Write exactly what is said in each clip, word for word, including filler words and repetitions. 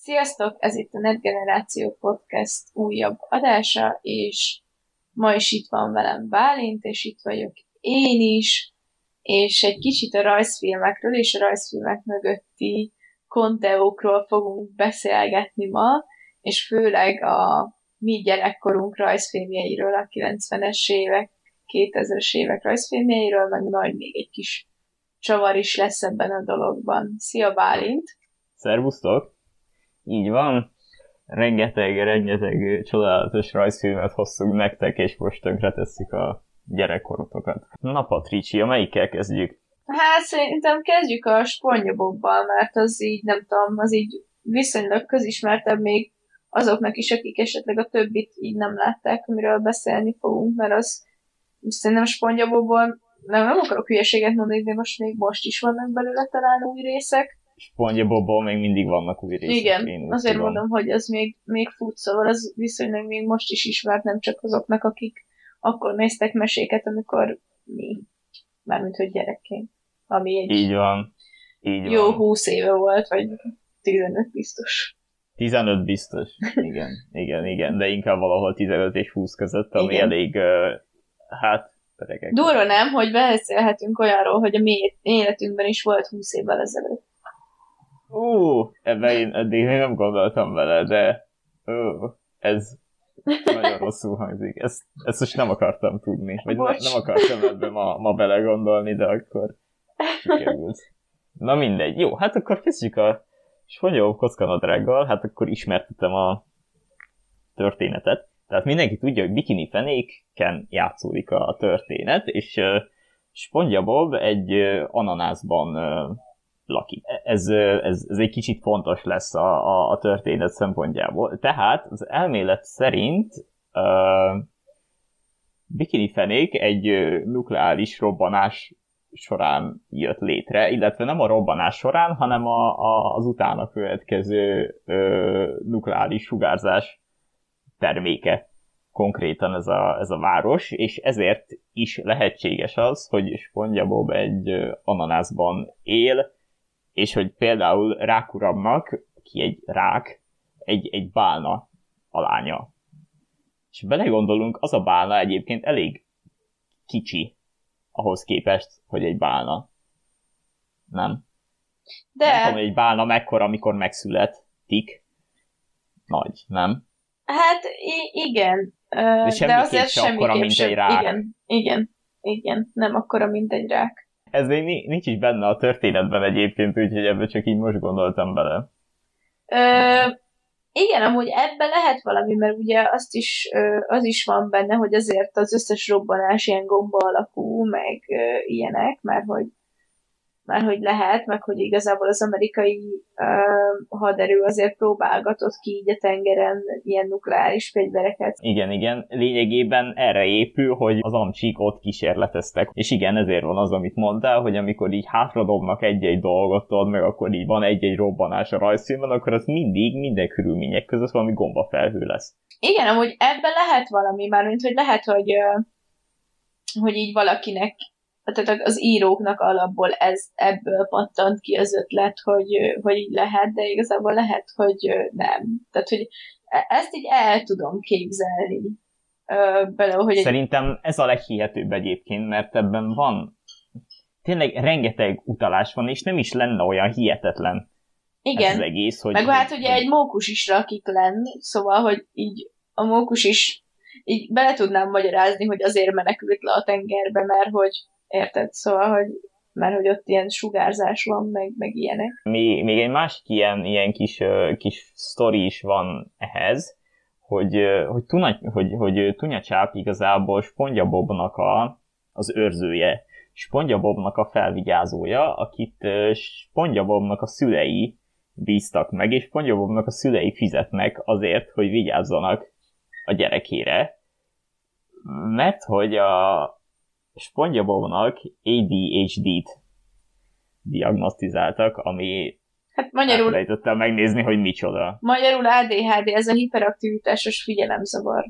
Sziasztok! Ez itt a NetGeneráció Podcast újabb adása, és ma is itt van velem Bálint, és itt vagyok én is, és egy kicsit a rajzfilmekről és a rajzfilmek mögötti konteókról fogunk beszélgetni ma, és főleg a mi gyerekkorunk rajzfilmjeiről, a kilencvenes évek, kétezres évek rajzfilmjeiről, meg majd még egy kis csavar is lesz ebben a dologban. Szia Bálint! Szervusztok! Így van, rengeteg, rengeteg csodálatos rajzfilmet hoztunk nektek, és most tönkretesszük a gyerekkorotokat. Na Patricia, melyikkel kezdjük? Hát szerintem kezdjük a SpongeBobbal, mert az így, nem tudom, az így viszonylag közismertebb még azoknak is, akik esetleg a többit így nem látták, amiről beszélni fogunk, mert az szerintem SpongeBobból, nem, nem akarok hülyeséget mondani, de most még most is vannak belőle talán új részek. SpongeBobból még mindig vannak új részek. Igen, azért tudom. Mondom, hogy az még, még fut, szóval az viszonylag még most is ismert, nem csak azoknak, akik akkor néztek meséket, amikor mi, mármint hogy gyerekként. Ami egy így van. Így jó van. húsz éve volt, vagy tizenöt biztos. tizenöt biztos, igen, igen, igen, de inkább valahol tizenöt és húsz között, ami igen. elég, uh, hát, peregek. Durva nem, hogy beszélhetünk olyanról, hogy a mi életünkben is volt húsz évvel ezelőtt. Ú, ebben én eddig nem gondoltam vele, de ó, ez nagyon rosszul hangzik. Ezt, ezt most nem akartam tudni. Vagy ne, nem akartam ebben ma, ma belegondolni, de akkor sikerült. Na mindegy. Jó, hát akkor kezdjük a SpongeBob kockanadrággal, hát akkor ismertetem a történetet. Tehát mindenki tudja, hogy Bikini Fenéken játszódik a történet, és uh, SpongeBob egy uh, ananászban uh, lakik. Ez, ez, ez egy kicsit fontos lesz a, a, a történet szempontjából. Tehát az elmélet szerint uh, Bikini Fenék egy uh, nukleáris robbanás során jött létre, illetve nem a robbanás során, hanem a, a, az utána következő uh, nukleáris sugárzás terméke konkrétan ez a, ez a város, és ezért is lehetséges az, hogy SpongeBob egy uh, ananászban él, és hogy például Rákuramnak, ki egy rák, egy, egy bálna a lánya. És belegondolunk, az a bálna egyébként elég kicsi ahhoz képest, hogy egy bálna. Nem? De... Nem tudom, hogy egy bálna mekkora, amikor megszületik. Nagy, nem? Hát i- igen. De, de azért sem akkora, mint sem. egy rák. Igen, igen, igen. Nem akkora, mint egy rák. Ez még nincs is benne a történetben egyébként, úgyhogy ebbe csak így most gondoltam bele. Ö, igen, amúgy ebben lehet valami, mert ugye azt is, ö, az is van benne, hogy azért az összes robbanás ilyen gomba alakú, meg ö, ilyenek, mert hogy, mert hogy lehet, meg hogy igazából az amerikai ö, haderő azért próbálgatott ki így a tengeren ilyen nukleáris fegyvereket. Igen, igen. Lényegében erre épül, hogy az amcsik ott kísérleteztek. És igen, ezért van az, amit mondtál, hogy amikor így hátradobnak egy-egy dolgot, tudod, meg akkor így van egy-egy robbanás a rajzfilmben, akkor az mindig, minden körülmények között valami gombafelhő lesz. Igen, amúgy ebben lehet valami, mármint, hogy lehet, hogy, hogy így valakinek, tehát az íróknak alapból ez, ebből pattant ki az ötlet, hogy, hogy így lehet, de igazából lehet, hogy nem. Tehát, hogy ezt így el tudom képzelni. Bele, hogy Szerintem egy... ez a leghihetőbb egyébként, mert ebben van tényleg rengeteg utalás van, és nem is lenne olyan hihetetlen. Igen, ez az egész, hogy... meg hát ugye egy mókus is rakik lenn, szóval, hogy így a mókus is így bele tudnám magyarázni, hogy azért menekült le a tengerbe, mert hogy érted? Szóval, hogy mert hogy ott ilyen sugárzás van, meg, meg ilyenek. Még, még egy másik ilyen, ilyen kis, kis sztori is van ehhez, hogy, hogy, tuna, hogy, hogy Tunyacsáp igazából SpongeBobnak a, az őrzője, SpongeBobnak a felvigyázója, akit SpongeBobnak a szülei bíztak meg, és SpongeBobnak a szülei fizetnek azért, hogy vigyázzanak a gyerekére, mert hogy a SpongeBobnak á dé há dét diagnosztizáltak, ami hát magyarul elfelejtettem megnézni, hogy micsoda. Magyarul á dé há dé, ez a hiperaktivitásos figyelemzavar.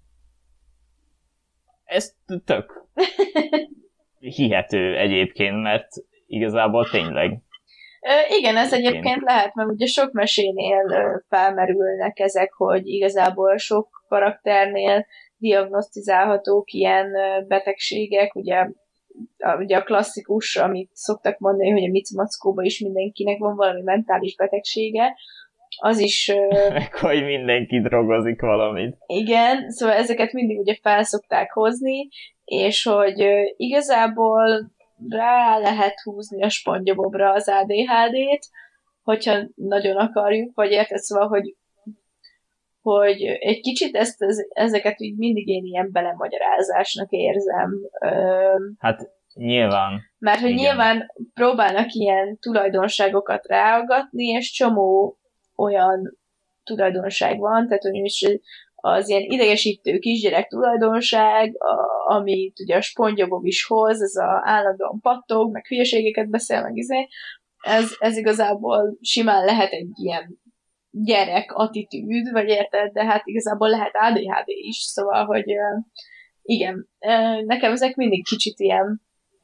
Ez tök hihető egyébként, mert igazából tényleg Ö, igen, ez egyébként lehet, mert ugye sok mesénél ö, felmerülnek ezek, hogy igazából sok karakternél diagnosztizálhatók ilyen ö, betegségek, ugye a, ugye a klasszikus, amit szoktak mondani, hogy a Micmackóban is mindenkinek van valami mentális betegsége, az is... Meg hogy mindenki drogozik valamit. Igen, szóval ezeket mindig ugye felszokták hozni, és hogy igazából rá lehet húzni a SpongeBobra az á dé há dét, hogyha nagyon akarjuk, vagy érted, szóval, hogy, hogy egy kicsit ezt, ezeket így mindig én ilyen belemagyarázásnak érzem. Hát nyilván. Mert hogy igen. Nyilván próbálnak ilyen tulajdonságokat ráagatni, és csomó olyan tulajdonság van, tehát hogy is az ilyen idegesítő kisgyerek tulajdonság, a, amit ugye a SpongeBob is hoz, ez a állandóan pattog, meg hülyeségeket beszél, meg izé, ez, ez igazából simán lehet egy ilyen gyerek attitűd, vagy érted, de hát igazából lehet á dé há dé is, szóval, hogy igen, nekem ezek mindig kicsit ilyen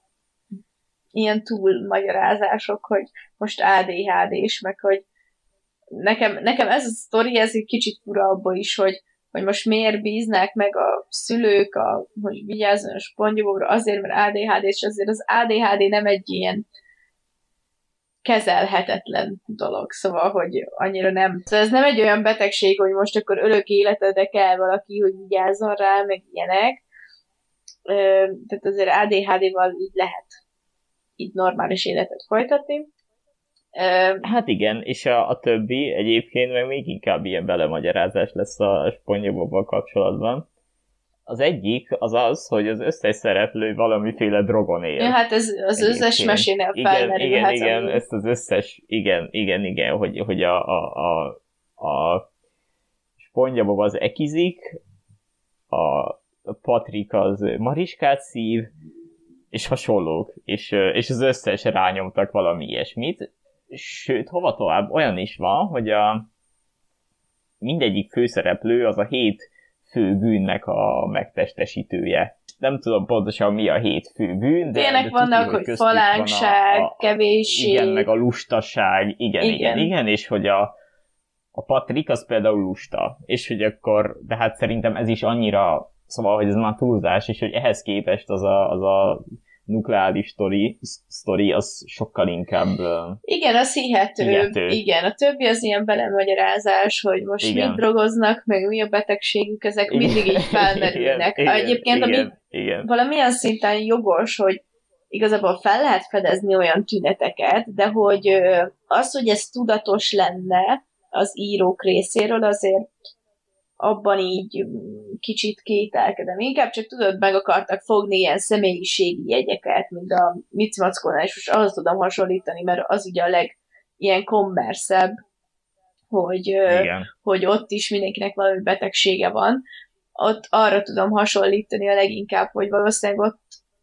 ilyen túlmagyarázások, hogy most á dé há dés, meg hogy nekem, nekem ez a sztori, ez egy kicsit fura abban is, hogy, hogy most miért bíznák meg a szülők, a, hogy vigyázzon a SpongeBobra, azért, mert á dé há dé, és azért az á dé há dé nem egy ilyen kezelhetetlen dolog, szóval, hogy annyira nem. Szóval ez nem egy olyan betegség, hogy most akkor örök életedre kell valaki, hogy vigyázzon rá, meg ilyenek. Tehát azért á dé há dé-val így lehet így normális életet folytatni. Hát igen, és a, a többi egyébként meg még inkább ilyen belemagyarázás lesz a SpongeBob-val kapcsolatban. Az egyik az az, hogy az összes szereplő valamiféle drogon él. Ja, hát ez az egyébként. Összes mesénél felmerül. Igen, hát igen, ami... ezt az összes, igen, igen, igen, hogy, hogy a, a, a, a SpongeBob az ekizik, a Patrick az mariskát szív, és hasonlók, és, és az összes rányomtak valami ilyesmit. Sőt, hova tovább, olyan is van, hogy a mindegyik főszereplő az a hét fő bűnnek a megtestesítője. Nem tudom pontosan mi a hét fő bűn, de... Tényleg vannak, hogy falánkság, van a, a, kevésség. Igen, meg a lustaság, igen, igen, igen, igen, és hogy a, a Patrick az például lusta, és hogy akkor, de hát szerintem ez is annyira, szóval, hogy ez már túlzás, és hogy ehhez képest az a, az a nukleáris sztori, sztori az sokkal inkább igen, az hihető. hihető. Igen, a többi az ilyen belemagyarázás, hogy most igen. mit drogoznak, meg mi a betegségük, ezek igen. mindig így felmerülnek. Igen, Egyébként, igen, ami igen. valamilyen szinten jogos, hogy igazából fel lehet fedezni olyan tüneteket, de hogy az, hogy ez tudatos lenne az írók részéről, azért abban így kicsit kételkedem. Inkább csak tudod, meg akartak fogni ilyen személyiségi jegyeket, mint a Micmackónál, és most ahhoz tudom hasonlítani, mert az ugye a leg ilyen kommerszebb, hogy, hogy ott is mindenkinek valami betegsége van. Ott arra tudom hasonlítani a leginkább, hogy valószínűleg ott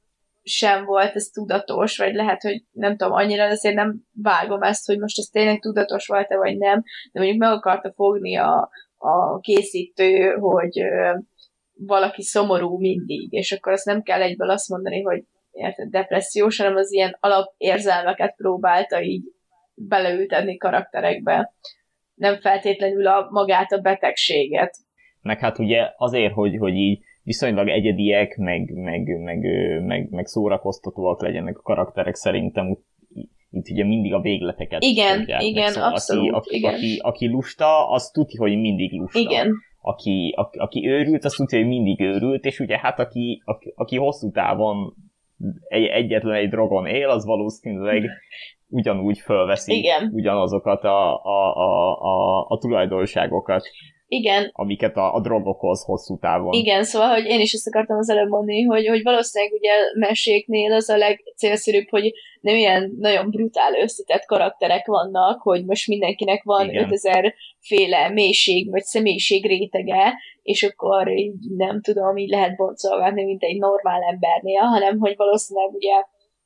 sem volt ez tudatos, vagy lehet, hogy nem tudom, annyira azért nem vágom ezt, hogy most ez tényleg tudatos volt-e, vagy nem, de mondjuk meg akarta fogni a a készítő, hogy ö, valaki szomorú mindig, és akkor azt nem kell egyből azt mondani, hogy érted, depressziós, hanem az ilyen alapérzelmeket próbálta így beleültetni karakterekbe. Nem feltétlenül a, magát a betegséget. Meg hát ugye azért, hogy, hogy így viszonylag egyediek, meg, meg, meg, meg, meg szórakoztatóak legyenek a karakterek, szerintem itt ugye mindig a végleteket igen, igen, szóval abszolút, aki, aki, igen. Aki, aki lusta, az tudja, hogy mindig lusta. Igen. Aki, aki, aki őrült, az tudja, hogy mindig őrült, és ugye hát aki, aki, aki hosszú távon egy, egyetlen egy drogon él, az valószínűleg ugyanúgy fölveszi igen. ugyanazokat a, a, a, a, a tulajdonságokat. Igen. Amiket a, a drogokhoz hosszú távon. Igen, szóval, hogy én is ezt akartam az előbb mondani, hogy, hogy valószínűleg ugye meséknél az a legcélszerűbb, hogy nem ilyen nagyon brutál összetett karakterek vannak, hogy most mindenkinek van igen. ötezer féle mélység vagy személyiség rétege, és akkor így nem tudom, így lehet boncolgatni, mint egy normál embernél, hanem hogy valószínűleg ugye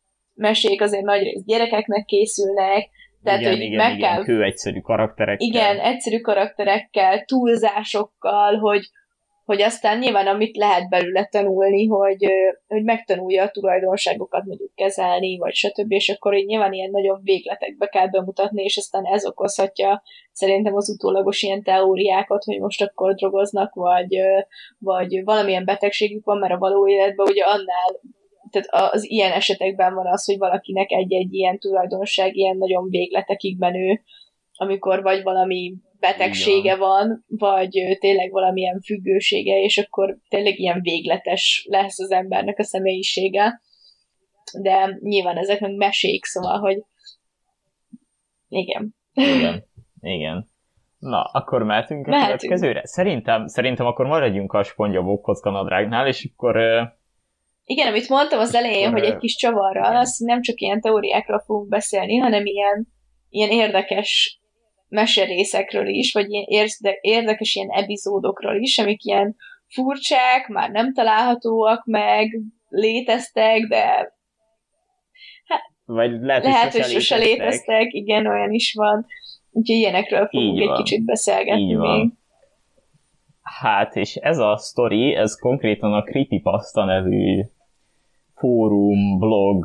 mesék azért nagyrészt gyerekeknek készülnek, tehát, igen, hogy igen, meg igen, kell... kő egyszerű karakterekkel. Igen, egyszerű karakterekkel, túlzásokkal, hogy, hogy aztán nyilván amit lehet belőle tanulni, hogy, hogy megtanulja a tulajdonságokat mondjuk kezelni, vagy stb., és akkor így nyilván ilyen nagyon végletekbe kell bemutatni, és aztán ez okozhatja szerintem az utólagos ilyen teóriákat, hogy most akkor drogoznak, vagy, vagy valamilyen betegségük van, mert a való életben ugye annál, tehát az ilyen esetekben van az, hogy valakinek egy-egy ilyen tulajdonság ilyen nagyon végletekig menő, amikor vagy valami betegsége van, vagy tényleg valamilyen függősége, és akkor tényleg ilyen végletes lesz az embernek a személyisége. De nyilván ezek meg mesék, szóval, hogy igen. Igen, igen. Na, akkor mehetünk a következőre? Szerintem, szerintem akkor maradjunk a SpongeBob kockanadrágnál, és akkor... Igen, amit mondtam az elején, akkor, hogy egy kis csavarral, az nem csak ilyen teóriákról fogunk beszélni, hanem ilyen, ilyen érdekes meserészekről is, vagy ilyen érdekes ilyen epizódokról is, amik ilyen furcsák, már nem találhatóak meg, léteztek, de hát, vagy lehet, lehet hogy sose léteztek. léteztek, igen, olyan is van. Úgyhogy ilyenekről fogunk egy kicsit beszélgetni még. Hát, és ez a sztori, ez konkrétan a Creepypasta nevű fórum, blog,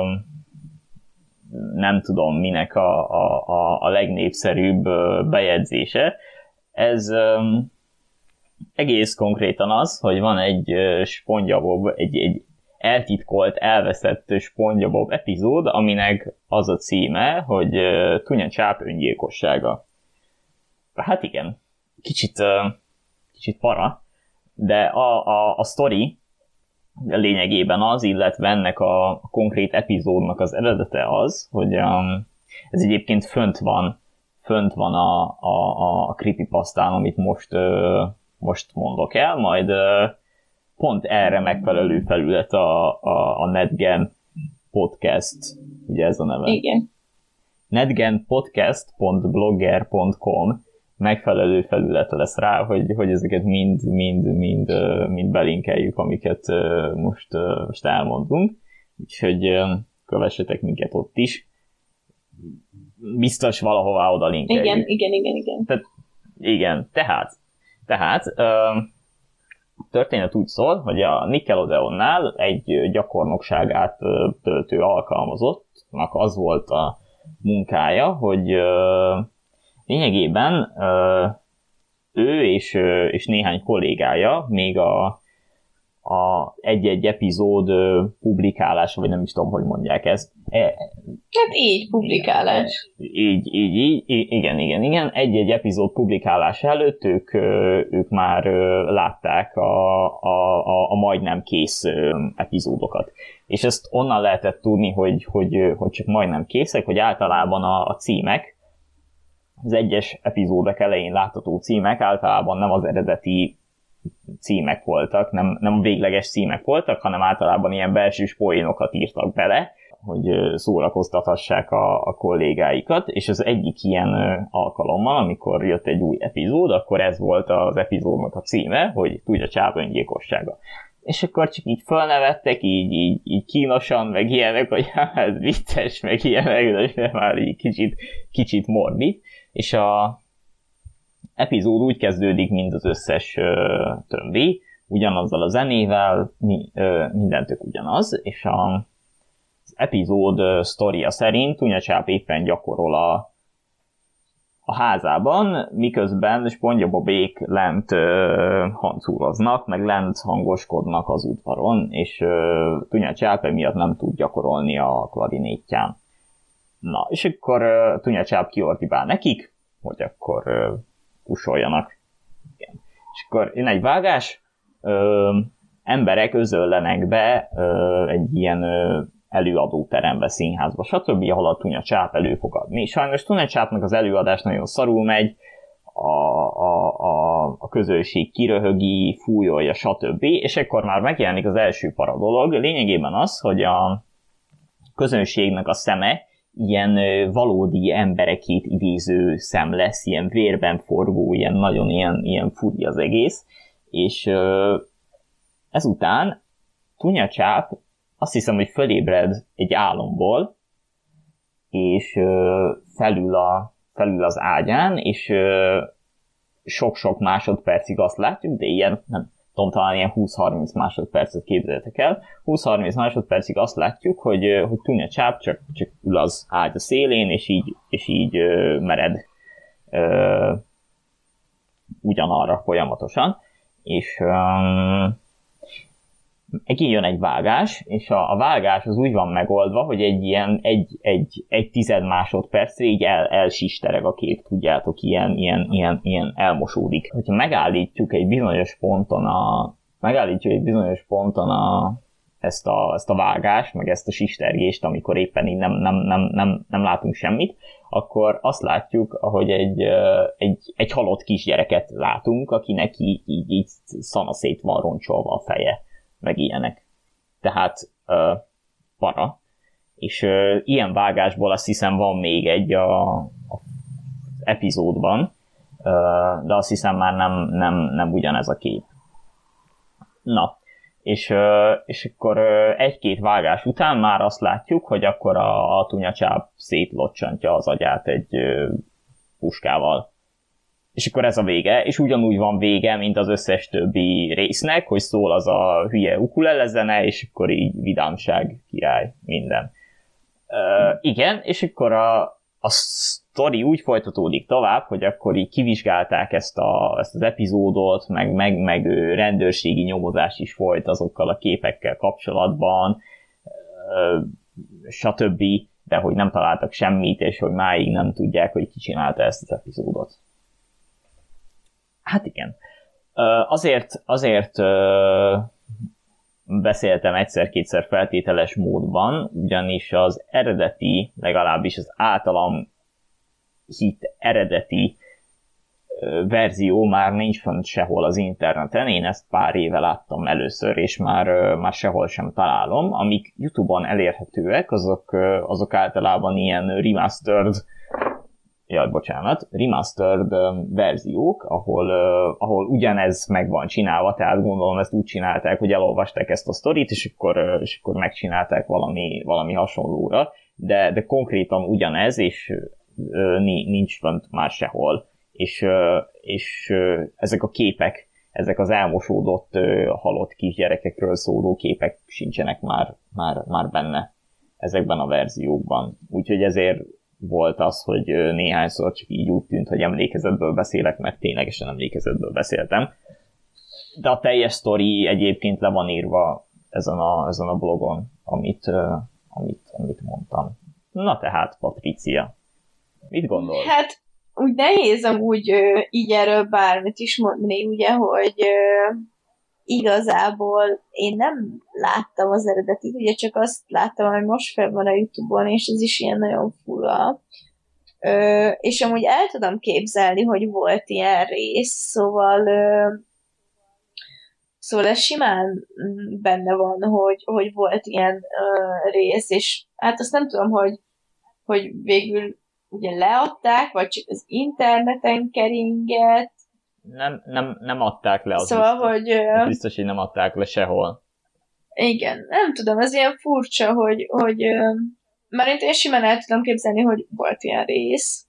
nem tudom minek a, a, a legnépszerűbb bejegyzése. Ez um, egész konkrétan az, hogy van egy SpongeBob, egy, egy eltitkolt, elveszett SpongeBob epizód, aminek az a címe, hogy uh, Tunya Chap öngyilkossága. Hát igen, kicsit, uh, kicsit para, de a, a, a sztori lényegében az, illetve ennek a konkrét epizódnak az eredete az, hogy um, ez egyébként fönt van, fönt van a, a, a creepypastán, amit most, uh, most mondok el, majd uh, pont erre megfelelő felület a, a, a NetGen Podcast, ugye ez a neve? Igen. netgenpodcast pont blogger pont com megfelelő felület lesz rá, hogy, hogy ezeket mind, mind, mind, mind belinkeljük, amiket most, most elmondunk. Úgyhogy kövessetek minket ott is. Biztos valahová oda linkeljük. Igen, igen, igen, igen. Tehát, igen, tehát, tehát történet úgy szól, hogy a Nickelodeonnál egy gyakornokságát töltő alkalmazottnak az volt a munkája, hogy lényegében ő és, és néhány kollégája még a, a egy-egy epizód publikálása, vagy nem is tudom, hogy mondják ezt. Hát így, publikálás. Így, így, így, igen, igen, igen. Egy-egy epizód publikálása előtt ők, ők már látták a, a, a, a majdnem kész epizódokat. És ezt onnan lehetett tudni, hogy, hogy, hogy csak majdnem készek, hogy általában a, a címek, az egyes epizódok elején látható címek általában nem az eredeti címek voltak, nem, nem a végleges címek voltak, hanem általában ilyen belsős poénokat írtak bele, hogy szórakoztathassák a, a kollégáikat, és az egyik ilyen alkalommal, amikor jött egy új epizód, akkor ez volt az epizódnak a címe, hogy Tunya Chap öngyilkossága. És akkor csak így felnevettek, így, így, így kínosan, meg ilyenek, hogy hát ez vicces, meg ilyenek, de már így kicsit, kicsit morbid. És a epizód úgy kezdődik, mint az összes ö, többi, ugyanazzal a zenével, mi, ö, minden tök ugyanaz, és a, az epizód ö, sztoria szerint Tunya Chap éppen gyakorol a, a házában, miközben SpongeBobék lent ö, hancúroznak, meg lent hangoskodnak az udvaron, és ö, Tunya Chap emiatt nem tud gyakorolni a klarinétján. Na, és akkor uh, Tunya Chap kiordibál nekik, hogy akkor uh, kussoljanak. Igen. És akkor jön egy vágás, uh, emberek özöllenek be uh, egy ilyen uh, előadóterembe, színházba, stb., ahol a Tunya Chap elő fog adni. Sajnos Tunya Chapnak az előadás nagyon szarul megy, a, a, a, a közönség kiröhögi, fújolja, stb., és ekkor már megjelenik az első para dolog. Lényegében az, hogy a közönségnek a szeme ilyen valódi emberekét idéző szem lesz, ilyen vérben forgó, ilyen nagyon ilyen, ilyen furi az egész, és ezután Tunya Chap azt hiszem, hogy fölébred egy álomból, és felül, a, felül az ágyán, és sok-sok másodpercig azt látjuk, de ilyen, nem tudom, talán ilyen húsz-harminc másodpercet képzeljetek el. húsz-harminc másodpercig azt látjuk, hogy, hogy Tunya Cháp csak, csak ül az ágy a szélén, és így, és így ö, mered ö, ugyanarra folyamatosan. És um, jön egy vágás, és a, a vágás az úgy van megoldva, hogy egy ilyen egy, egy, egy tized másodpercre így el, elsistereg a kép, tudjátok, ilyen, ilyen, ilyen, ilyen elmosódik. Hogyha megállítjuk egy bizonyos ponton a megállítjuk egy bizonyos ponton a, ezt, a, ezt a vágást, meg ezt a sistergést, amikor éppen így nem, nem, nem, nem, nem látunk semmit, akkor azt látjuk, ahogy egy, egy, egy halott kisgyereket látunk, akinek így, így, így szanaszét van roncsolva a feje, meg ilyenek. Tehát uh, para. És uh, ilyen vágásból azt hiszem van még egy a, a epizódban, uh, de azt hiszem már nem, nem, nem ugyanez a kép. Na, és, uh, és akkor uh, egy-két vágás után már azt látjuk, hogy akkor a, a Tunya Cháp szétlocsantja az agyát egy uh, puskával. És akkor ez a vége, és ugyanúgy van vége, mint az összes többi résznek, hogy szól az a hülye ukulele zene, és akkor így vidámság, király, minden. Uh, igen, és akkor a, a sztori úgy folytatódik tovább, hogy akkor így kivizsgálták ezt, a, ezt az epizódot, meg, meg, meg rendőrségi nyomozás is folyt azokkal a képekkel kapcsolatban, uh, stb., de hogy nem találtak semmit, és hogy máig nem tudják, hogy ki csinálta ezt az epizódot. Hát igen. Azért, azért beszéltem egyszer-kétszer feltételes módban, ugyanis az eredeti, legalábbis az általam hit eredeti verzió már nincs fent sehol az interneten, én ezt pár éve láttam először, és már, már sehol sem találom. Amik YouTube-on elérhetőek, azok, azok általában ilyen remastered jaj, bocsánat, remastered verziók, ahol, uh, ahol ugyanez meg van csinálva, tehát gondolom ezt úgy csinálták, hogy elolvasták ezt a sztorit, és akkor, uh, és akkor megcsinálták valami, valami hasonlóra, de, de konkrétan ugyanez, és uh, nincs fönt már sehol. És, uh, és uh, ezek a képek, ezek az elmosódott, uh, halott kisgyerekekről szóló képek sincsenek már, már, már benne ezekben a verziókban. Úgyhogy ezért volt az, hogy néhányszor csak így úgy tűnt, hogy emlékezetből beszélek, mert ténylegesen emlékezetből beszéltem. De a teljes sztori egyébként le van írva ezen a, ezen a blogon, amit, uh, amit, amit mondtam. Na tehát, Patricia, mit gondolsz? Hát, úgy nehéz amúgy uh, így erről bármit is mondani, ugye, hogy uh, igazából én nem láttam az eredetit, ugye csak azt láttam, hogy most fel van a YouTube-on, és ez is ilyen nagyon fura. Ö, és amúgy el tudom képzelni, hogy volt ilyen rész, szóval ö, szóval ez simán benne van, hogy, hogy volt ilyen ö, rész, és hát azt nem tudom, hogy, hogy végül ugye leadták, vagy csak az interneten keringett. Nem, nem, nem adták le, az szóval, biztos. hogy... Az biztos, hogy nem adták le sehol. Igen, nem tudom, ez ilyen furcsa, hogy, hogy mert én simán el tudom képzelni, hogy volt ilyen rész.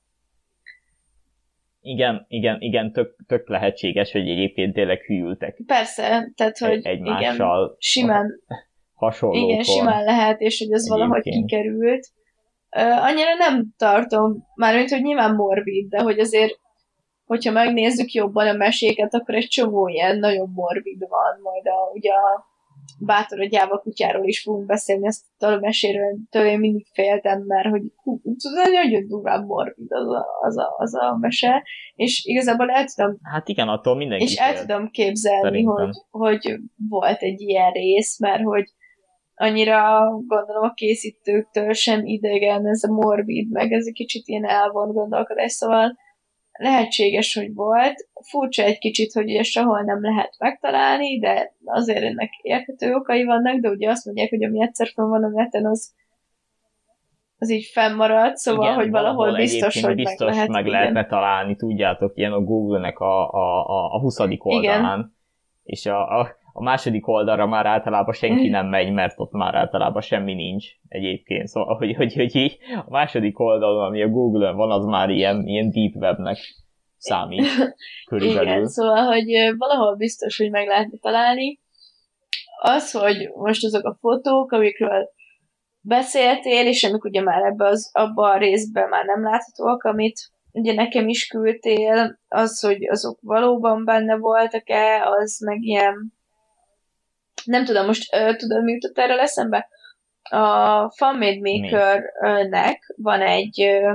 Igen, igen, igen, tök, tök lehetséges, hogy egyébként tényleg hűltek. Persze, tehát, hogy egymással igen, simán, hasonlókor. igen, simán lehet, és hogy ez valahogy kikerült. Uh, annyira nem tartom, mármint, hogy nyilván morbid, de hogy azért hogyha megnézzük jobban a meséket, akkor egy csomó ilyen nagyon morbid van, majd a, ugye a Bátor a gyáva kutyáról is fogunk beszélni, ezt a meséről tőle én mindig féltem, mert hogy nagyon durván morbid az a, az, a, az a mese, és igazából el tudom... Hát igen, attól mindenki És el tudom képzelni, hogy, hogy volt egy ilyen rész, mert hogy annyira gondolom a készítőktől sem idegen ez a morbid, meg ez egy kicsit ilyen elvont gondolkodás, szóval lehetséges, hogy volt. Furcsa egy kicsit, hogy ugye sehol nem lehet megtalálni, de azért ennek érthető okai vannak, de ugye azt mondják, hogy ami egyszer fenn van a neten, az, az így fennmarad, szóval, igen, hogy valahol biztos, hogy biztos meg, lehet, meg lehetne találni, tudjátok, ilyen a Google-nek a, a, a, a huszadik oldalán, igen. És a, a, a második oldalra már általában senki nem megy, mert ott már általában semmi nincs egyébként, szóval, hogy, hogy, hogy így a második oldalon, ami a Google-on van, az már ilyen, ilyen deep webnek számít körülbelül. Igen, szóval, hogy valahol biztos, hogy meg lehetne találni. Az, hogy most azok a fotók, amikről beszéltél, és amik ugye már ebbe az, abba a részben már nem láthatóak, amit ugye nekem is küldtél, az, hogy azok valóban benne voltak-e, az meg ilyen nem tudom, most uh, tudod, mi jutott erről eszembe? A FunMade Maker-nek van egy uh,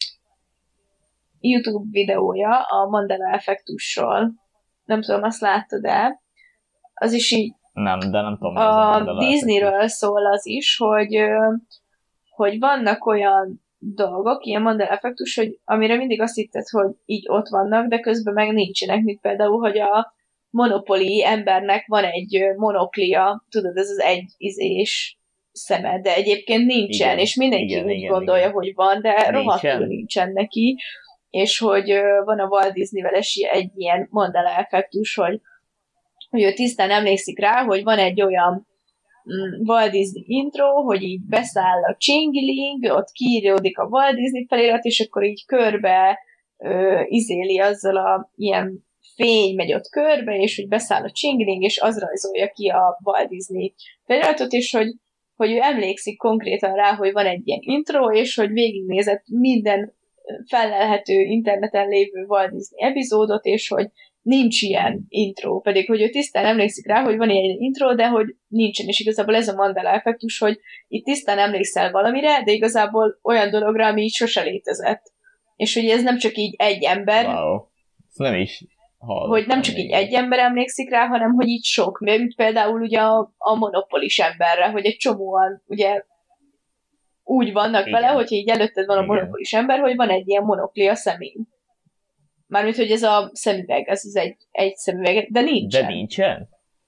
YouTube videója a Mandela effektusról. Nem tudom, azt láttad-e? Az is így nem, de nem tudom. A, a Disneyről szól az is, hogy, uh, hogy vannak olyan dolgok, ilyen Mandela effektus, hogy amire mindig azt hitted, hogy így ott vannak, de közben meg nincsenek, mint például, hogy a Monopoly embernek van egy monoklia, tudod, ez az egy izés szeme, de egyébként nincsen, igen, és mindenki igen, úgy igen, gondolja, igen. hogy van, de rohadtul nincsen neki, és hogy van a Walt Disney-vel egy ilyen Mandela effektus, hogy, hogy ő tisztán emlékszik rá, hogy van egy olyan mm, Walt Disney intro, hogy így beszáll a Csingiling, ott kiíródik a Walt Disney felirat, és akkor így körbe ö, izéli azzal a ilyen fény megy ott körbe, és hogy beszáll a Csingiling, és az rajzolja ki a Walt Disney feliratot, és hogy, hogy ő emlékszik konkrétan rá, hogy van egy ilyen intro, és hogy végignézett minden felelhető interneten lévő Walt Disney epizódot, és hogy nincs ilyen intro, pedig hogy ő tisztán emlékszik rá, hogy van ilyen intro, de hogy nincsen, és igazából ez a Mandela effektus, hogy itt tisztán emlékszel valamire, de igazából olyan dologra, ami így sose létezett. És hogy ez nem csak így egy ember, wow. Ez nem is hallottam, hogy nem csak így egy ember emlékszik rá, hanem hogy így sok, mint például ugye a, a monopolis emberre, hogy egy csomóan ugye úgy vannak igen. vele, hogyha így előtted van a igen. monopolis ember, hogy van egy ilyen monokli a szemén. Mármint, hogy ez a szemüveg, ez az egy, egy szemüveg, de nincsen. De nincsen?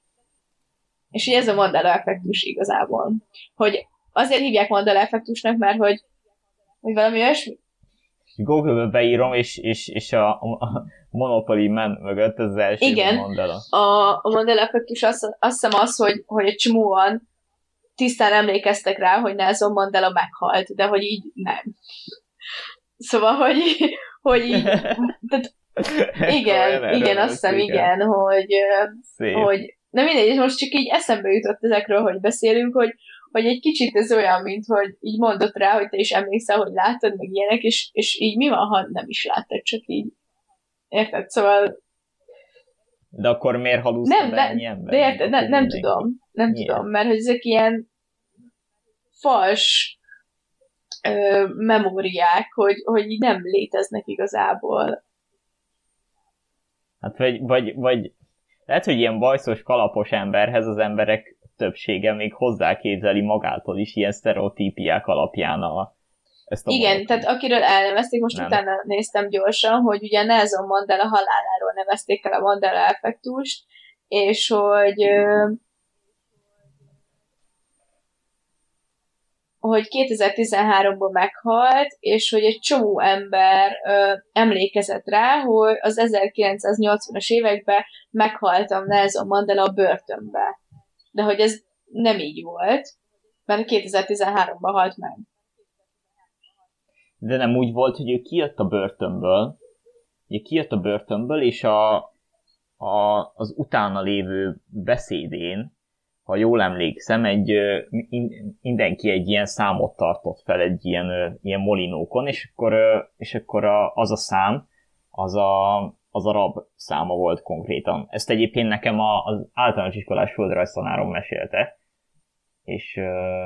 És ugye ez a Mandela effektus igazából. Hogy azért hívják Mandela effektusnak, mert hogy, hogy valami olyasmi. Google-be beírom, és, és, és a, a Monopoly Man mögött ez az első igen, Mandela. A, a Mandela effektus azt, azt hiszem az, hogy, hogy egy csomóan tisztán emlékeztek rá, hogy Nelson Mandela meghalt, de hogy így nem. Szóval, hogy, hogy így, tehát igen, igen, azt hiszem, igen, hogy, hogy na mindegy, most csak így eszembe jutott ezekről, hogy beszélünk, hogy, hogy egy kicsit ez olyan, mint hogy így mondott rá, hogy te is emlékszel, hogy láttad, meg ilyenek, és, és így mi van, ha nem is láttad, csak így. Érted? Szóval... De akkor miért halúztad ennyi ember? De érted, ne, nem tudom. Nem Milyen? tudom, mert hogy ezek ilyen fals ö, memóriák, hogy, hogy így nem léteznek igazából. Hát vagy, vagy, vagy lehet, hogy ilyen bajszos, kalapos emberhez az emberek többsége még hozzáképzeli magától is ilyen sztereotípiák alapján a, ezt a igen, mondatot. Tehát akiről elnevezték, most nem. utána néztem gyorsan, hogy ugye Nelson Mandela haláláról nevezték el a Mandela effektust, és hogy ö, hogy kétezer-tizenháromban meghalt, és hogy egy csomó ember ö, emlékezett rá, hogy az ezerkilencszáznyolcvanas években meghaltam Nelson Mandela a börtönbe. De hogy ez nem így volt, mert kétezer-tizenháromban halt meg. De nem úgy volt, hogy ő kijött a börtönből, ő kijött a börtönből, és a, a, az utána lévő beszédén, ha jól emlékszem, egy, mindenki egy ilyen számot tartott fel, egy ilyen, ilyen molinókon, és akkor, és akkor a, az a szám, az a, az a rab száma volt konkrétan. Ezt egyébként nekem az általános iskolás földrajztanárom mesélte, és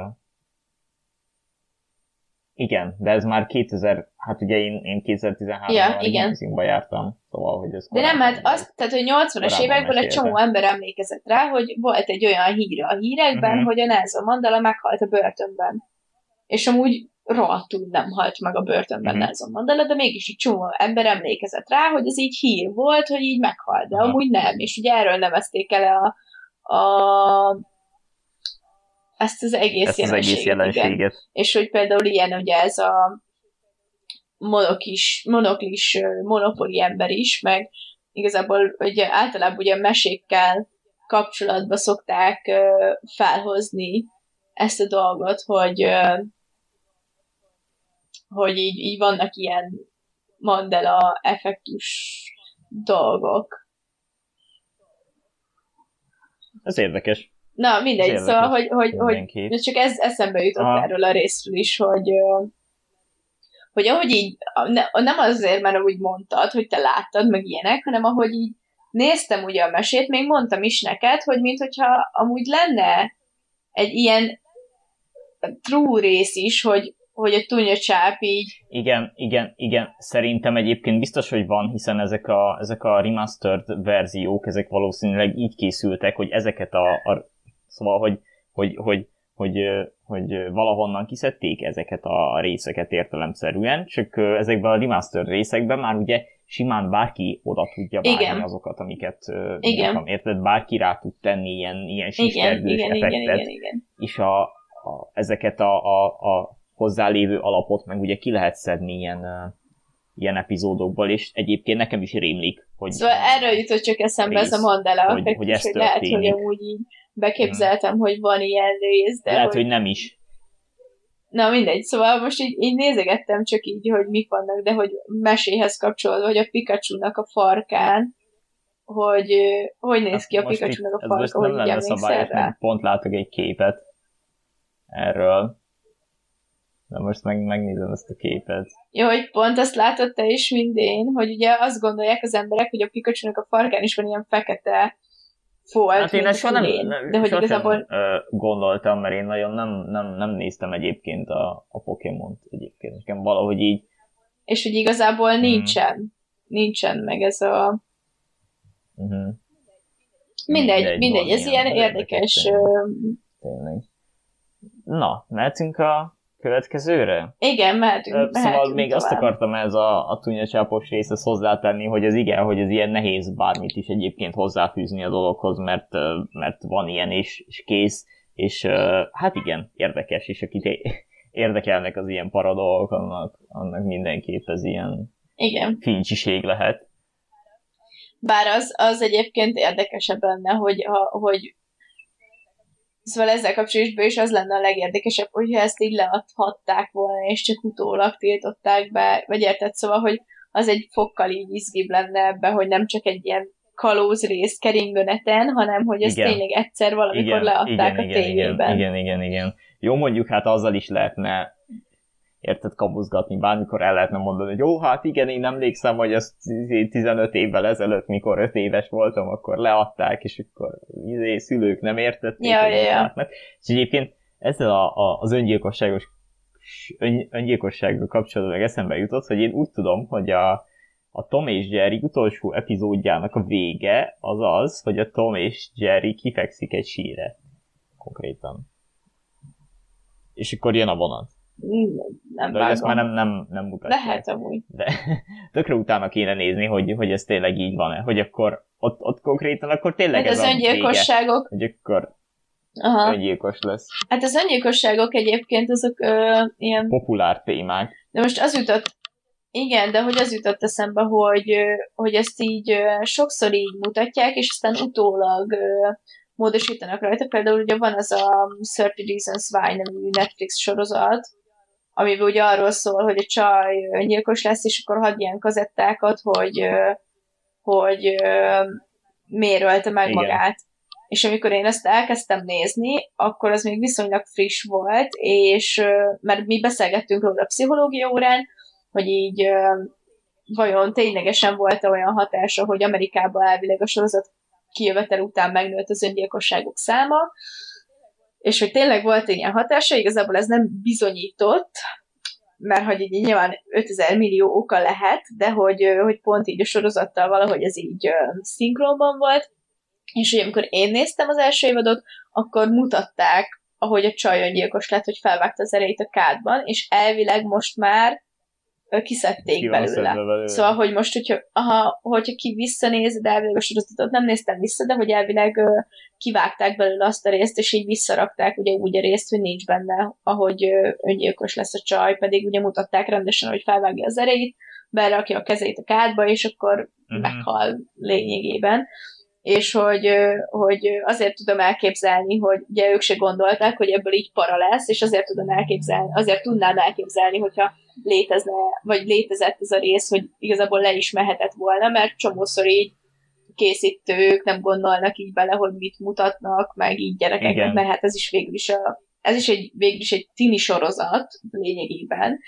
igen, de ez már kétezer, hát ugye én, én kétezer-tizenháromban ja, a gimnáziumba jártam, szóval, hogy ez de nem, hát azt, tehát, hogy nyolcvanas években egy csomó ember emlékezett rá, hogy volt egy olyan hír a hírekben, uh-huh. hogy a Nelson Mandela meghalt a börtönben. És amúgy rohadtul nem halt meg a börtönben uh-huh. Nelson Mandela, de mégis egy csomó ember emlékezett rá, hogy ez így hír volt, hogy így meghalt, de uh-huh. amúgy nem. És ugye erről nevezték el a, a ezt az egész ezt jelenséget. Az egész jelenséget. És hogy például ilyen ugye ez a monokis, monoklis monopoli ember is, meg igazából ugye általában ugye mesékkel kapcsolatba szokták uh, felhozni ezt a dolgot, hogy uh, hogy így, így vannak ilyen Mandela effektus dolgok. Ez érdekes. Na, mindegy, ez szóval, hogy, hogy, hogy csak ez eszembe jutott Aha. erről a részről is, hogy, hogy ahogy így, nem azért, mert úgy mondtad, hogy te láttad, meg ilyenek, hanem ahogy így néztem ugye a mesét, még mondtam is neked, hogy minthogyha amúgy lenne egy ilyen true rész is, hogy, hogy a tunyacsáp így... Igen, igen, igen. Szerintem egyébként biztos, hogy van, hiszen ezek a, ezek a remastered verziók, ezek valószínűleg így készültek, hogy ezeket a... a szóval, hogy, hogy, hogy, hogy, hogy valahonnan kiszedték ezeket a részeket értelemszerűen, csak ezekben a remastered részekben már ugye simán bárki oda tudja vágni igen. azokat, amiket mondtam, érted? Bárki rá tud tenni ilyen, ilyen sistergős effektet, igen, igen, igen. és a, a, ezeket a, a, a hozzálévő alapot meg ugye ki lehet szedni ilyen, uh, ilyen epizódokból, és egyébként nekem is rémlik, hogy... Szóval erről jutott csak eszembe rész, ez a Mandela effektus, hogy, hogy, hogy lehet, hogy amúgy így beképzeltem, hmm. hogy van ilyen rész, de... Lehet, hogy, hogy nem is. Na mindegy, szóval most így, így nézegettem csak így, hogy mik vannak, de hogy meséhez kapcsolódva, hogy a Pikachu-nak a farkán, hogy hogy néz ki a Pikachu-nak a farka, hogy így emlékszel rá. Pont látok egy képet erről. De most meg, megnézem ezt a képet. Jó, hogy pont azt látod te is, mint én, hogy ugye azt gondolják az emberek, hogy a Pikachu-nak a farkán is van ilyen fekete folt, hát én ezt nem, nem, de hogy igazából... gondoltam, mert én nagyon nem, nem, nem néztem egyébként a, a Pokémont egyébként. Nekem valahogy így... És hogy igazából hmm. nincsen. Nincsen meg ez a... Uh-huh. Mindegy, mindegy, mindegy ez ilyen érdekes... Tényleg. Tényleg. Na, mehetünk a következőre? Igen, mehetünk. Szóval mehetünk még tovább. Azt akartam ez a, a tunyacsápos részhez hozzátenni, hogy ez igen, hogy ez ilyen nehéz bármit is egyébként hozzáfűzni a dologhoz, mert, mert van ilyen és, és kész, és hát igen, érdekes, és akit érdekelnek az ilyen paradolgok, annak, annak mindenképp ez ilyen igen. fincsiség lehet. Bár az, az egyébként érdekesebb lenne, hogy, ha, hogy szóval ezzel kapcsolatban is az lenne a legérdekesebb, hogyha ezt így leadhatták volna, és csak utólag tiltották be, vagy érted, szóval, hogy az egy fokkal így izgibb lenne ebbe, hogy nem csak egy ilyen kalóz rész keringő neten, hanem hogy ezt igen. tényleg egyszer valamikor igen, leadták igen, a tévében. Igen, igen, igen, igen. Jó, mondjuk hát azzal is lehetne érted kabuzgatni, bármikor el lehetne mondani, hogy jó, hát igen, én emlékszem, hogy ezt tizenöt évvel ezelőtt, mikor öt éves voltam, akkor leadták, és akkor izé, szülők nem értették. Ja, ja, ja. És egyébként ezzel a, a, az öngyilkosságos ön, öngyilkossággal kapcsolatban meg eszembe jutott, hogy én úgy tudom, hogy a, a Tom és Jerry utolsó epizódjának a vége az az, hogy a Tom és Jerry kifekszik egy sírre. Konkrétan. És akkor jön a vonat. Nem de ezt már nem, nem, nem mutatják. Lehet amúgy. De tökre utána kéne nézni, hogy, hogy ez tényleg így van-e. Hogy akkor ott, ott konkrétan, akkor tényleg hát ez az a öngyilkosságok... vége, hogy akkor Aha. öngyilkos lesz. Hát az öngyilkosságok egyébként azok ö, ilyen... populár témák. De most az jutott... Igen, de hogy az jutott eszembe, hogy, hogy ezt így sokszor így mutatják, és aztán utólag módosítanak rajta. Például ugye van az a thirty Reasons Why nevű Netflix sorozat, amiben ugye arról szól, hogy a csaj öngyilkos lesz, és akkor hadd ilyen kazettákat, hogy, hogy miért ölte meg igen. magát. És amikor én ezt elkezdtem nézni, akkor az még viszonylag friss volt, és mert mi beszélgettünk róla a pszichológia órán, hogy így vajon ténylegesen volt olyan hatása, hogy Amerikában elvileg a sorozat kijövetel után megnőtt az öngyilkosságok száma, és hogy tényleg volt ilyen hatása, igazából ez nem bizonyított, mert hogy így nyilván ötezer millió oka lehet, de hogy, hogy pont így a sorozattal valahogy ez így szinkronban volt, és hogy amikor én néztem az első évadot, akkor mutatták, ahogy a csaj öngyilkos lett, hogy felvágta az erejét a kádban, és elvileg most már kiszedték belőle. belőle. Szóval, hogy most, hogyha, aha, hogyha ki visszanéz, de elvileg a sorozatot nem néztem vissza, de hogy elvileg uh, kivágták belőle azt a részt, és így visszarakták ugye úgy a részt, hogy nincs benne, ahogy uh, öngyilkos lesz a csaj, pedig ugye mutatták rendesen, hogy felvágja az erejét, berakja a kezét a kádba, és akkor uh-huh. meghal lényegében. És hogy, hogy azért tudom elképzelni, hogy ugye ők se gondolták, hogy ebből így para lesz, és azért tudom elképzelni, azért tudnám elképzelni, hogyha létezne, vagy létezett ez a rész, hogy igazából le is mehetett volna, mert csomószor így készítők nem gondolnak így bele, hogy mit mutatnak, meg így gyerekeknek, igen. Mert hát ez is végül is a, ez is egy, végül is egy tini sorozat lényegében.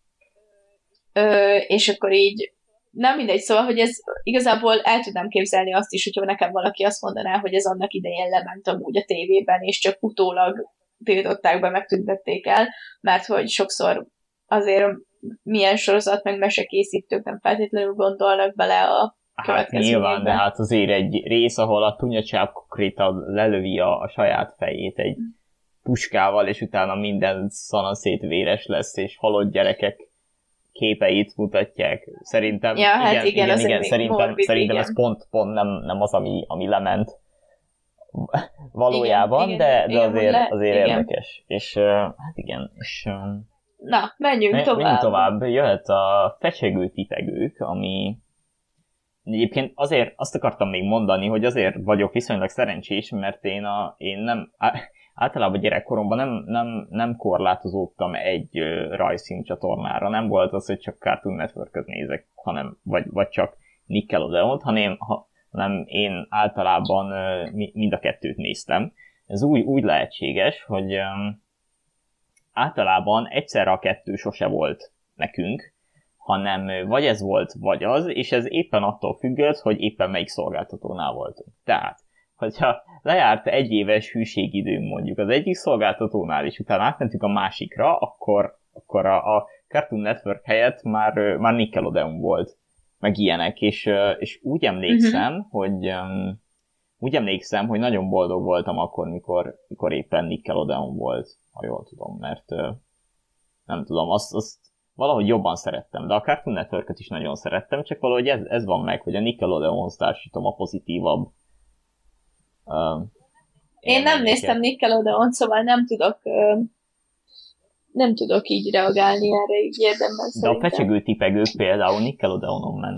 Ö, és akkor így nem mindegy, szóval, hogy ez igazából el tudnám képzelni azt is, hogyha nekem valaki azt mondaná, hogy ez annak idején lement amúgy a tévében, és csak utólag tiltották be, megtüntették el, mert hogy sokszor azért milyen sorozat, meg mesekészítők nem feltétlenül gondolnak bele a hát nyilván, de hát azért egy rész, ahol a tunyacsáp konkrétan lelövi a, a saját fejét egy puskával, és utána minden szanaszét véres lesz, és halott gyerekek képeit mutatják. Szerintem, ja, hát igen, igen, igen, igen szerintem, morbid, szerintem igen. ez pont, pont nem, nem az, ami, ami lement valójában, igen, de, igen, de azért, le, azért igen. érdekes. És hát igen, és... Na, menjünk me, tovább. Menjünk tovább. Jöhet a fecsegő tipegők, ami egyébként azért azt akartam még mondani, hogy azért vagyok viszonylag szerencsés, mert én, a, én nem... Általában gyerekkoromban nem, nem, nem korlátozódtam egy rajzfilm csatornára. Nem volt az, hogy csak Cartoon Networköt nézek, hanem, vagy, vagy csak Nickelodeont, hanem, hanem én általában mind a kettőt néztem. Ez úgy, úgy lehetséges, hogy um, általában egyszerre a kettő sose volt nekünk, hanem vagy ez volt, vagy az, és ez éppen attól függött, hogy éppen melyik szolgáltatónál voltunk. Tehát, hogyha lejárt egy éves hűségidőm mondjuk az egyik szolgáltatónál, és utána átmentünk a másikra, akkor, akkor a, a Cartoon Network helyett már, már Nickelodeon volt, meg ilyenek, és, és úgy emlékszem, uh-huh. hogy um, úgy emlékszem, hogy nagyon boldog voltam akkor, mikor, mikor éppen Nickelodeon volt, ha jól tudom, mert uh, nem tudom, azt, azt valahogy jobban szerettem, de a Cartoon Networköt is nagyon szerettem, csak valahogy ez, ez van meg, hogy a Nickelodeonhoz társítom a pozitívabb Uh, Én nem néztem Nickelodeon, szóval nem tudok uh, nem tudok így reagálni erre így érdemben de szerintem. De a fecsegő tipegők például Nickelodeonon ment.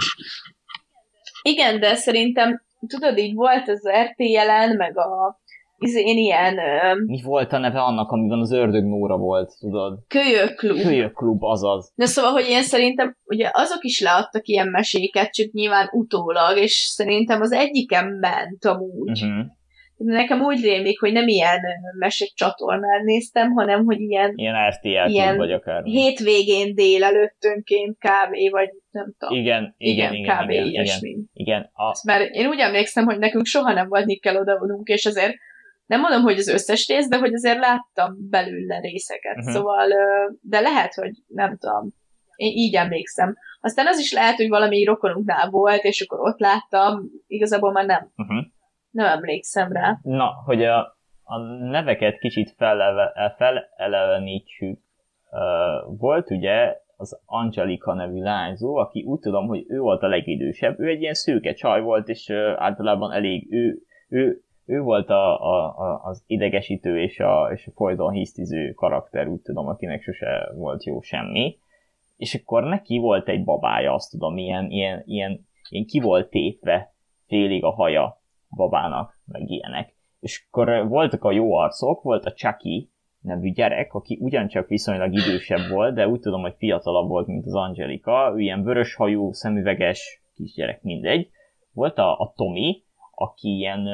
Igen, de szerintem tudod, így volt az er té el-en, meg a izén ilyen... Uh, mi volt a neve annak, amiben az Ördög Nóra volt, tudod? Kölyök klub. Kölyök klub, azaz. De szóval, hogy én szerintem, ugye azok is leadtak ilyen meséket, csak nyilván utólag, és szerintem az egyiken ment amúgy. Uh-huh. Nekem úgy rémlik, hogy nem ilyen mesek csatornán néztem, hanem, hogy ilyen... Ilyen er té el ilyen vagy akár. Hétvégén délelőttönként kávé, vagy nem tudom. Igen, igen, igen. Kávé, igen, ilyesmi. Igen, igen. A... Mert én úgy emlékszem, hogy nekünk soha nem volt Nickelodeonunk, és azért nem mondom, hogy az összes rész, de hogy azért láttam belőle részeket. Uh-huh. Szóval, de lehet, hogy nem tudom. Én így emlékszem. Aztán az is lehet, hogy valami rokonunknál volt, és akkor ott láttam. Igazából már nem. Uh-huh. Nem emlékszem rá. Na, hogy a, a neveket kicsit feleve, felelevenítsük. Uh, volt ugye az Angelika nevű lányzó, aki úgy tudom, hogy ő volt a legidősebb. Ő egy ilyen szőke csaj volt, és uh, általában elég ő, ő, ő volt a, a, a, az idegesítő és a, és a folyton hisztiző karakter, úgy tudom, akinek sose volt jó semmi. És akkor neki volt egy babája, azt tudom, ilyen, ilyen, ilyen, ilyen ki volt tépve félig a haja babának, meg ilyenek. És akkor voltak a jó arcok, volt a Chucky nevű gyerek, aki ugyancsak viszonylag idősebb volt, de úgy tudom, hogy fiatalabb volt, mint az Angelika. Ő ilyen vöröshajú, szemüveges kisgyerek, mindegy. Volt a, a Tommy, aki ilyen,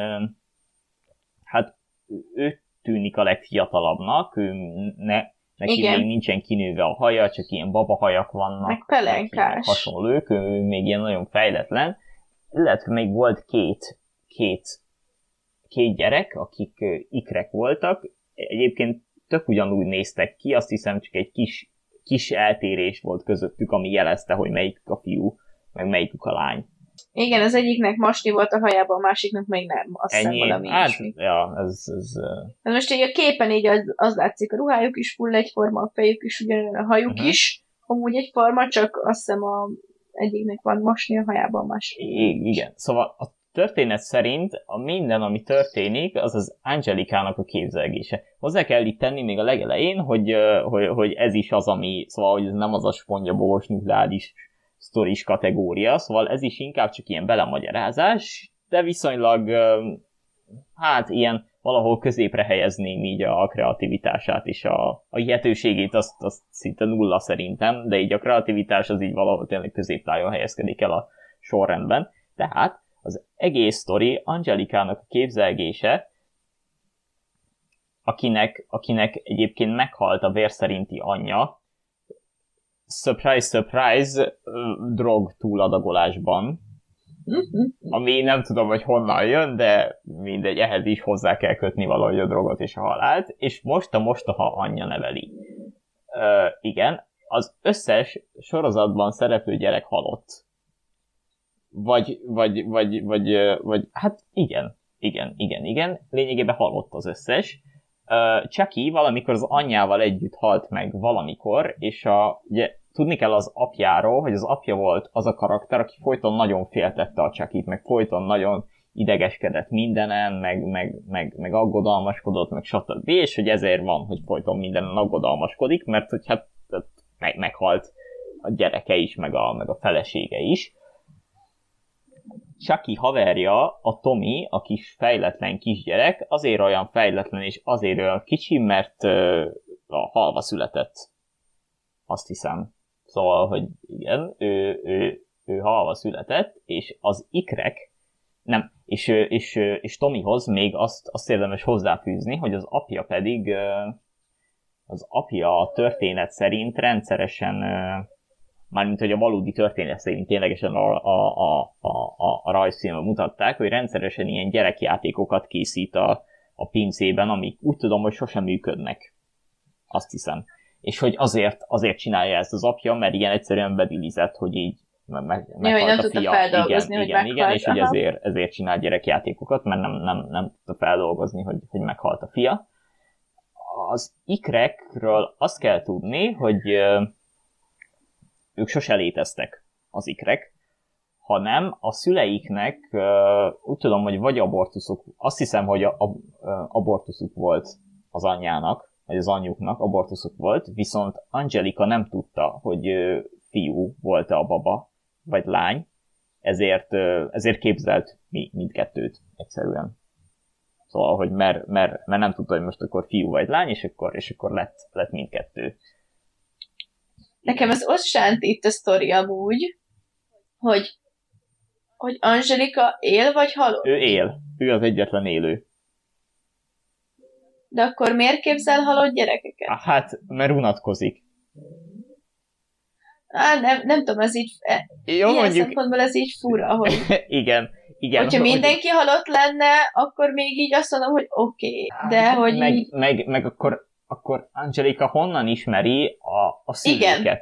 hát ő tűnik a legfiatalabbnak, ő ne, neki igen. Még nincsen kinőve a haja, csak ilyen babahajak vannak. Meg pelenkás. Hasonlók, ő még ilyen nagyon fejletlen. Illetve még volt két Két, két gyerek, akik ikrek voltak, egyébként tök ugyanúgy néztek ki, azt hiszem csak egy kis, kis eltérés volt közöttük, ami jelezte, hogy melyikük a fiú, meg melyikük a lány. Igen, az egyiknek masni volt a hajában, a másiknak még nem. Azt Ennyi, hiszem valami hát, ismi. Ja, ez... ez uh... Most így a képen így az, az látszik, a ruhájuk is full egyforma, a fejük is ugyanolyan, a hajuk uh-huh. is, amúgy egyforma, csak azt hiszem a egyiknek van masni a hajában, a másik. I- igen, szóval a történet szerint a minden, ami történik, az az Angelikának a képzelgése. Hozzá kell itt tenni még a legelején, hogy, hogy, hogy ez is az, ami, szóval hogy ez nem az a spongyabogos nukleáris sztoris kategória, szóval ez is inkább csak ilyen belemagyarázás, de viszonylag, hát ilyen valahol középre helyezném így a kreativitását és a, a hihetőségét, azt, azt szinte nulla szerintem, de így a kreativitás az így valahol tényleg középtájon helyezkedik el a sorrendben. Tehát az egész sztori Angelikának a képzelgése, akinek, akinek egyébként meghalt a vér szerinti anyja, surprise, surprise, drog túladagolásban, ami nem tudom, hogy honnan jön, de mindegy, ehhez is hozzá kell kötni valahogy a drogot és a halált, és most a mostoha anyja neveli. Ö, igen, az összes sorozatban szereplő gyerek halott. Vagy, vagy, vagy, vagy, vagy, hát igen, igen, igen, igen, lényegében halott az összes. Uh, Chucky valamikor az anyjával együtt halt meg valamikor, és a, ugye, tudni kell az apjáról, hogy az apja volt az a karakter, aki folyton nagyon féltette a Chuckyt, meg folyton nagyon idegeskedett mindenen, meg, meg, meg, meg aggodalmaskodott, meg stb. És hogy ezért van, hogy folyton mindenen aggodalmaskodik, mert hogy hát meg, meghalt a gyereke is, meg a, meg a felesége is. Chucky haverja, a Tommy, a kis fejletlen kisgyerek, azért olyan fejletlen és azért olyan kicsi, mert uh, a halva született. Azt hiszem. Szóval, hogy igen, ő, ő, ő halva született, és az ikrek, nem, és, és, és Tommyhoz még azt, azt érdemes hozzáfűzni, hogy az apja pedig, uh, az apja a történet szerint rendszeresen... Uh, mármint, hogy a valódi történet szerint ténylegesen a, a, a, a, a rajzfilmet mutatták, hogy rendszeresen ilyen gyerekjátékokat készít a, a pincében, amik úgy tudom, hogy sosem működnek. Azt hiszem. És hogy azért, azért csinálja ezt az apja, mert igen, egyszerűen bedilizett, hogy így meg, meghalt a fia. Igen, hogy igen, igen, és hogy ezért, ezért csinál gyerekjátékokat, mert nem, nem, nem tudta feldolgozni, hogy, hogy meghalt a fia. Az ikrekről azt kell tudni, hogy ők sose léteztek, az ikrek, hanem a szüleiknek uh, úgy tudom, hogy vagy abortuszuk, azt hiszem, hogy a, a, a, abortuszuk volt az anyjának, vagy az anyjuknak abortuszuk volt, viszont Angelika nem tudta, hogy uh, fiú volt-e a baba, vagy lány, ezért, uh, ezért képzelt mi, mindkettőt egyszerűen. Szóval, hogy mert, mert, mert nem tudta, hogy most akkor fiú vagy lány, és akkor, és akkor lett, lett mindkettő. Nekem az ott sánt itt a sztori amúgy, hogy, hogy Angelika él vagy halott? Ő él. Ő az egyetlen élő. De akkor miért képzel halott gyerekeket? Hát, mert unatkozik. Á, nem, nem tudom, ez így... Jó, ilyen mondjuk... szempontból ez így fura, hogy... igen, igen. Hogyha mindenki hogy... halott lenne, akkor még így azt mondom, hogy oké. Okay. De hogy meg, így... meg, meg akkor... akkor Angelika honnan ismeri a, a szülőket? Igen.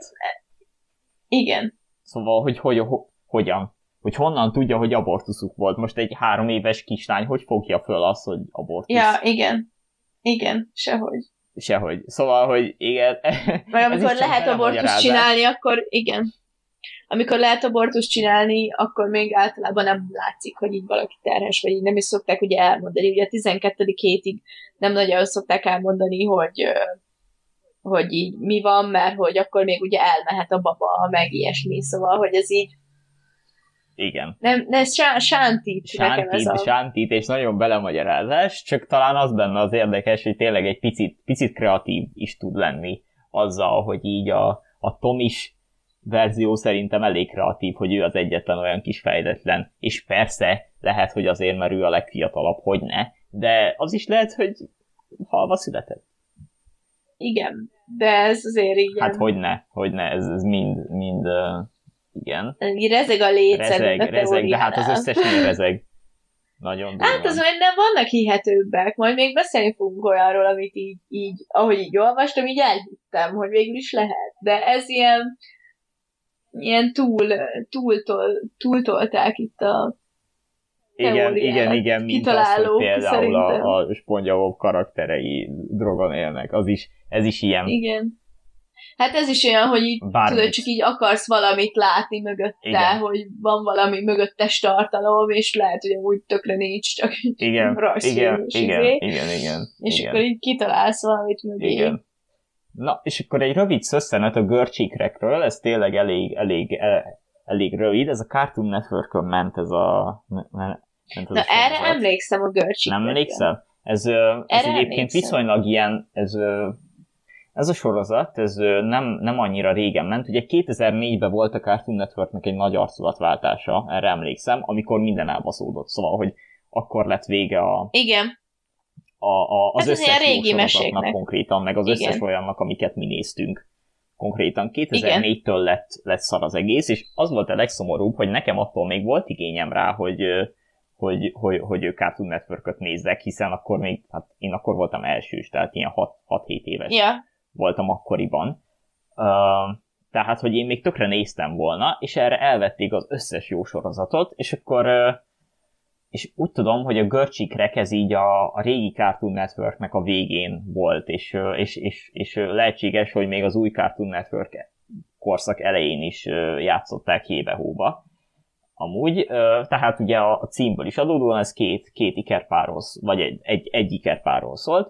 Igen. Szóval, hogy, hogy ho, hogyan? Hogy honnan tudja, hogy abortuszuk volt? Most egy három éves kislány, hogy fogja föl azt, hogy abortusz? Ja, igen. Igen, sehogy. Sehogy. Szóval, hogy igen. Vagy amikor lehet abortuszt csinálni, akkor igen. Amikor lehet abortuszt csinálni, akkor még általában nem látszik, hogy így valaki terhes, vagy így nem is szokták ugye elmondani. Ugye a tizenkettedik hétig nem nagyon szokták elmondani, hogy, hogy így mi van, mert hogy akkor még ugye elmehet a baba, meg ilyesmi, szóval, hogy ez így igen. Nem, nem ez sántít. Sántít, a... sántít, és nagyon belemagyarázás, csak talán az benne az érdekes, hogy tényleg egy picit, picit kreatív is tud lenni azzal, hogy így a, a Tom is verzió szerintem elég kreatív, hogy ő az egyetlen olyan kis fejletlen, és persze lehet, hogy azért, mert ő a legfiatalabb, hogy ne, de az is lehet, hogy halva született. Igen, de ez azért így... Hát hogy ne, hogy ne, ez, ez mind, mind uh, igen. Rezeg a léceg, rezeg, a rezeg, de hát az összesnél rezeg. Nagyon durván. Hát az nem vannak hihetőbbek, majd még beszélni fogunk olyanról, amit így, így, ahogy így olvastam, így elhittem, hogy végül is lehet, de ez ilyen ilyen túl, túltol, túltolták itt a igen, igen, igen, mint az, hogy például a, a SpongeBob karakterei drogon élnek, az is, ez is ilyen. Igen. Hát ez is olyan, hogy így, tudod, csak így akarsz valamit látni mögötte, igen. Hogy van valami mögöttes tartalom, és lehet, hogy úgy tökre nincs, csak igen, igen, igen, igen, igen, igen. És igen. akkor így kitalálsz valamit mögé. Igen. Na, és akkor egy rövid szösszenet a görcsikrekről, ez tényleg elég, elég, elég rövid, ez a Cartoon Networkön ment ez a... Ment ez Na, erre emlékszem a görcsikrekre. Nem emlékszem? Ez, ez egyébként viszonylag ilyen, ez, ez a sorozat, ez nem, nem annyira régen ment. Ugye kétezer-négyben volt a Cartoon Networknek egy nagy arculatváltása, erre emlékszem, amikor minden elbaszódott. Szóval, hogy akkor lett vége a... Igen. A, a, az hát összes régi jó sorozatnak meséknek. Konkrétan, meg az Igen. összes olyannak, amiket mi néztünk konkrétan. kétezer-négytől lett, lett szar az egész, és az volt a legszomorúbb, hogy nekem attól még volt igényem rá, hogy, hogy, hogy, hogy ő Cartoon Networköt nézzek, hiszen akkor még, hát én akkor voltam elsős, tehát ilyen hat-hét éves yeah. voltam akkoriban. Uh, tehát, hogy én még tökre néztem volna, és erre elvették az összes jó sorozatot, és akkor uh, és úgy tudom, hogy a Görcsikrek ez így a, a régi Cartoon Networknek a végén volt, és, és, és, és lehetséges, hogy még az új Cartoon Network korszak elején is játszották hébe-hóba. Amúgy, tehát ugye a címből is adódóan ez két, két ikerpárról, vagy egy, egy, egy ikerpárról szólt,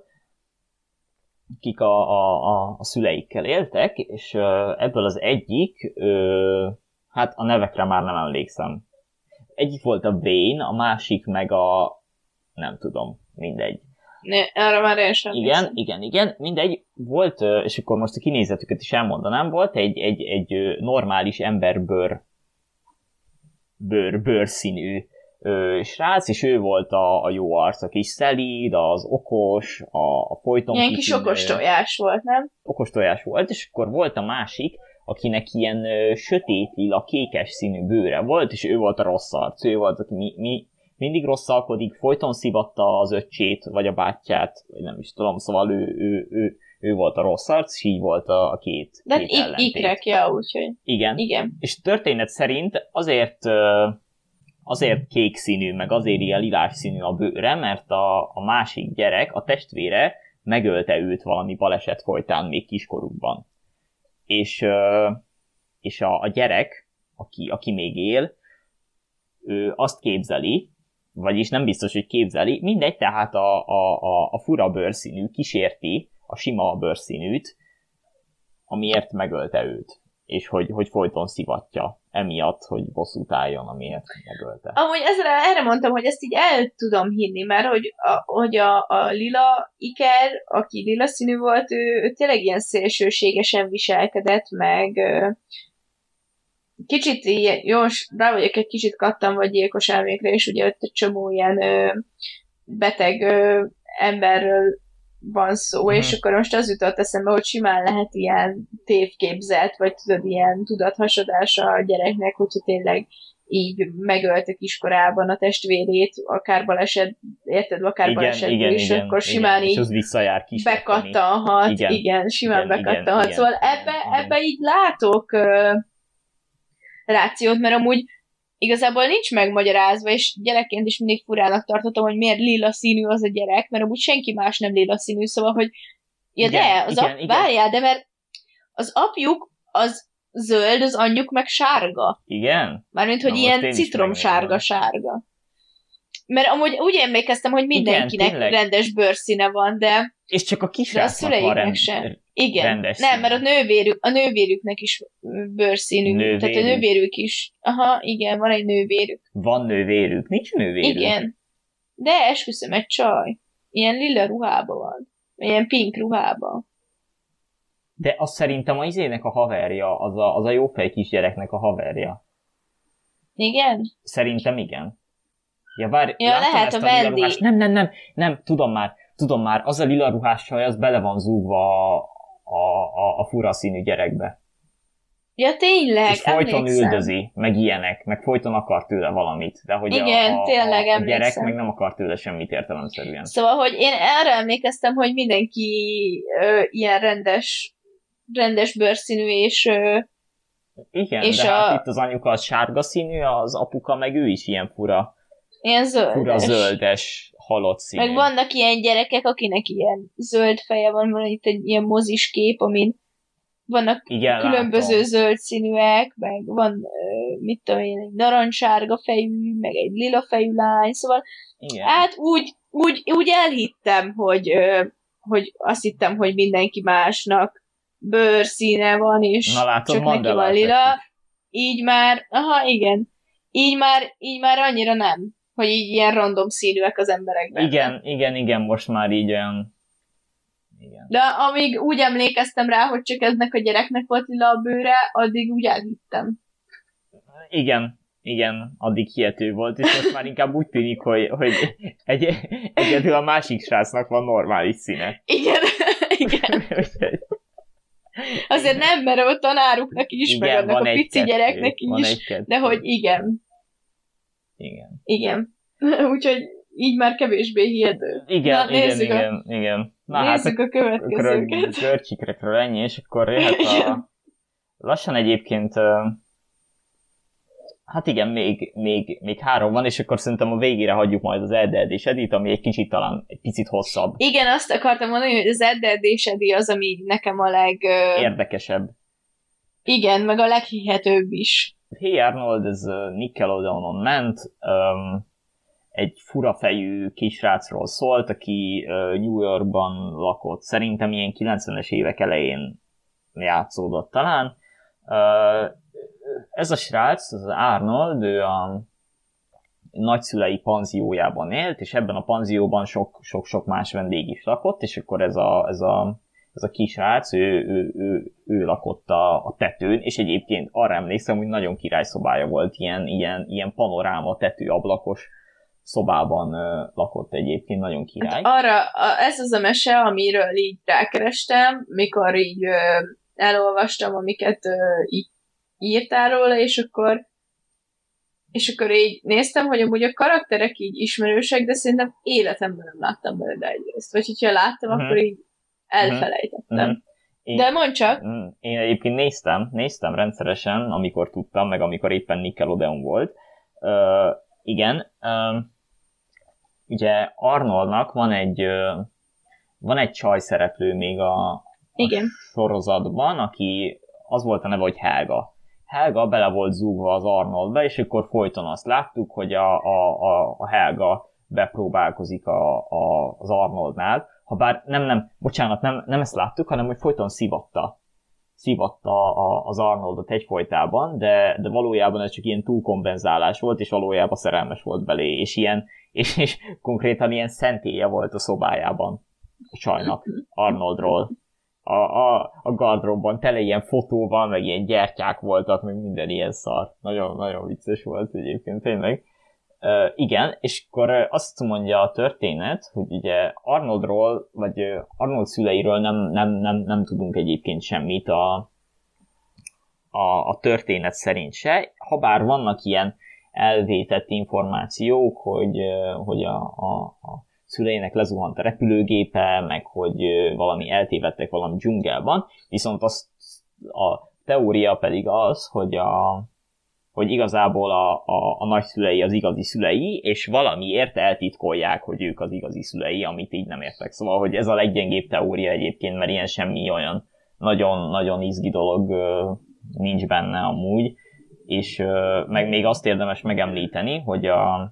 kik a, a, a, a szüleikkel éltek, és ebből az egyik, hát a nevekre már nem emlékszem. Egyik volt a Wayne, a másik meg a... nem tudom, mindegy. Ne, arra már én sem Igen, hiszem. igen, igen, mindegy. Volt, és akkor most a kinézetüket is elmondanám, volt egy, egy, egy normális emberbőr bőr, bőrszínű ö, srác, és ő volt a, a jó arc, a kis szelíd, az okos, a, a folyton... Ilyen kis okos tojás volt, nem? Okos tojás volt, és akkor volt a másik, akinek ilyen ö, sötét lila, kékes színű bőre volt, és ő volt a rossz arc, ő volt, aki mi, mi mindig rosszalkodik, folyton szivatta az öccsét, vagy a bátyját, vagy nem is tudom, szóval ő, ő, ő, ő volt a rossz arc, és így volt a, a két, de két ellentét. De ikrek, ja, úgyhogy. Igen. Igen. És történet szerint azért, azért kék színű, meg azért ilyen lilás színű a bőre, mert a, a másik gyerek, a testvére megölte őt valami baleset folytán még kiskorukban. És, és a, a gyerek, aki, aki még él, ő azt képzeli, vagyis nem biztos, hogy képzeli, mindegy, tehát a, a, a, a fura bőrszínű kísérti a sima bőrszínűt, amiért megölte őt, és hogy, hogy folyton szivatja emiatt, hogy bosszút álljon, amiért megölte. Amúgy ezzel, erre mondtam, hogy ezt így el tudom hinni, mert hogy a, hogy a, a lila iker, aki lila színű volt, ő, ő tényleg ilyen szélsőségesen viselkedett, meg kicsit ilyen, jó, rá vagyok egy kicsit kattam vagy gyilkos elmékre, és ugye ott egy csomó ilyen ö, beteg ö, emberről van szó, hmm. és akkor most az jutott eszembe, hogy simán lehet ilyen tévképzet, vagy tudod, ilyen tudathasadása a gyereknek, hogyha tényleg így megölte kiskorában a testvérét, akár baleset, érted, akár balesetből is, igen, akkor simán igen, így bekattanhat, igen, igen, simán igen, bekattanhat. Igen, szóval igen, ebbe, igen. ebbe így látok uh, rációt, mert amúgy igazából nincs megmagyarázva, és gyerekként is mindig furának tartottam, hogy miért lila színű az a gyerek, mert amúgy senki más nem lila színű, szóval, hogy ja igen, de, az igen, ap... igen. várjál, de mert az apjuk az zöld, az anyjuk meg sárga. Igen? Mármint, hogy na, ilyen citromsárga-sárga. Mert amúgy úgy emlékeztem, hogy mindenkinek igen, rendes bőrszíne van, de és csak a kisrácnak van rend... sem. Igen. rendes Nem, színe. mert a, nővérük, a nővérüknek is bőrszínű. Nővérük. Tehát a nővérük is. Aha, igen, van egy nővérük. Van nővérük? Nincs nővérük? Igen. De esküszöm, egy csaj. Ilyen lila ruhában van. Ilyen pink ruhában. De azt szerintem az izének a haverja, az a, az a jófej kisgyereknek a haverja. Igen? Szerintem igen. Ja, várj, ja lehet a, a Wendy. Nem, nem, nem, nem, tudom már, tudom már, az a lila ruhás csaj, az bele van zúgva a, a, a, a fura színű gyerekbe. Ja, tényleg, és folyton emlékszem. üldözi, meg ilyenek, meg folyton akar tőle valamit. De hogy igen, a, a, tényleg, a, a gyerek meg nem akar tőle semmit értelemszerűen. Szóval, hogy én erre emlékeztem, hogy mindenki ö, ilyen rendes, rendes bőrszínű, és ö, igen, és de a... hát itt az anyuka az sárga színű, az apuka meg ő is ilyen fura. Ilyen zöldes. Fura zöldes, halott színű. Meg vannak ilyen gyerekek, akinek ilyen zöld feje van, van itt egy ilyen mozis kép, amin vannak igen, különböző látom. Zöld színűek, meg van, mit tudom én, egy narancssárga fejű, meg egy lila fejű lány, szóval igen. Hát úgy, úgy, úgy elhittem, hogy, hogy azt hittem, hogy mindenki másnak bőrszíne van, és na, látom, csak neki van lila. Így már, aha, igen. Így már, így már annyira nem. hogy így ilyen random színűek az emberek benne. Igen, igen, igen, most már így olyan... Igen. De amíg úgy emlékeztem rá, hogy csak eznek a gyereknek volt lila a bőre, addig úgy elhittem. Igen, igen, addig hihető volt, és most már inkább úgy tűnik, hogy, hogy egy, egyedül a másik srácnak van normális színe. Igen, igen. Azért nem, mert a tanáruknak is, igen, meg annak a pici kettő, gyereknek is, de hogy igen. Igen. Igen. Úgyhogy így már kevésbé hihető. Igen, Na, igen, igen, a... igen. Na, nézzük hát, a következőket. Görcsikrekről ennyi, és akkor jöhet a... Lassan egyébként... Hát igen, még, még, még három van, és akkor szerintem a végére hagyjuk majd az Ed, Ed és Edit, ami egy kicsit talán egy picit hosszabb. Igen, azt akartam mondani, hogy az Ed, Ed és Edi az, ami nekem a leg... Érdekesebb. Igen, meg a leghihetőbb is. Hey Arnold, ez Nickelodeonon ment, um, egy furafejű kisrácról szólt, aki uh, New Yorkban lakott. Szerintem ilyen kilencvenes évek elején játszódott talán. Uh, ez a srác, az Arnold, ő a nagyszülei panziójában élt, és ebben a panzióban sok-sok más vendég is lakott, és akkor ez a, ez a, ez a kisrác, ő, ő, ő, ő lakott a, a tetőn, és egyébként arra emlékszem, hogy nagyon királyszobája volt, ilyen, ilyen, ilyen panoráma, tetőablakos szobában uh, lakott egyébként, nagyon király. Hát arra, a, ez az a mese, amiről így rákerestem, mikor így uh, elolvastam, amiket uh, így írtál róla, és akkor és akkor így néztem, hogy amúgy a karakterek így ismerősek, de szerintem életemben nem láttam belőle egyrészt. Vagy hogyha láttam, uh-huh. akkor így elfelejtettem. Uh-huh. Én, de mondd csak! Én egyébként néztem, néztem rendszeresen, amikor tudtam, meg amikor éppen Nickelodeon volt. Uh, igen, uh, ugye Arnoldnak van egy uh, van egy csaj szereplő még a, a sorozatban, aki az volt a neve, hogy Helga. Helga bele volt zúgva az Arnoldba, és akkor folyton azt láttuk, hogy a, a, a, a Helga bepróbálkozik a, a, az Arnoldnál. Habár nem, nem, bocsánat, nem, nem ezt láttuk, hanem hogy folyton szivatta. Szivatta a, az Arnoldot egyfolytában, de, de valójában ez csak ilyen túlkompenzálás volt, és valójában szerelmes volt belé, és, ilyen, és, és konkrétan ilyen szentélye volt a szobájában a csajnak, Arnoldról. A, a, a gardróbban tele ilyen fotóval, meg ilyen gyertyák voltak, meg minden ilyen szar. Nagyon, nagyon vicces volt egyébként, tényleg. Uh, igen, és akkor azt mondja a történet, hogy ugye Arnoldról, vagy Arnold szüleiről nem, nem, nem, nem tudunk egyébként semmit a, a, a történet szerint se, habár vannak ilyen elvétett információk, hogy, hogy a, a, a szüleinek lezuhant a repülőgépe, meg hogy valami eltévedtek valami dzsungelban, viszont az, a teória pedig az, hogy, a, hogy igazából a, a, a nagyszülei az igazi szülei, és valamiért eltitkolják, hogy ők az igazi szülei, amit így nem értek. Szóval, hogy ez a leggyengébb teória egyébként, mert ilyen semmi olyan nagyon-nagyon izgi dolog nincs benne amúgy, és meg még azt érdemes megemlíteni, hogy a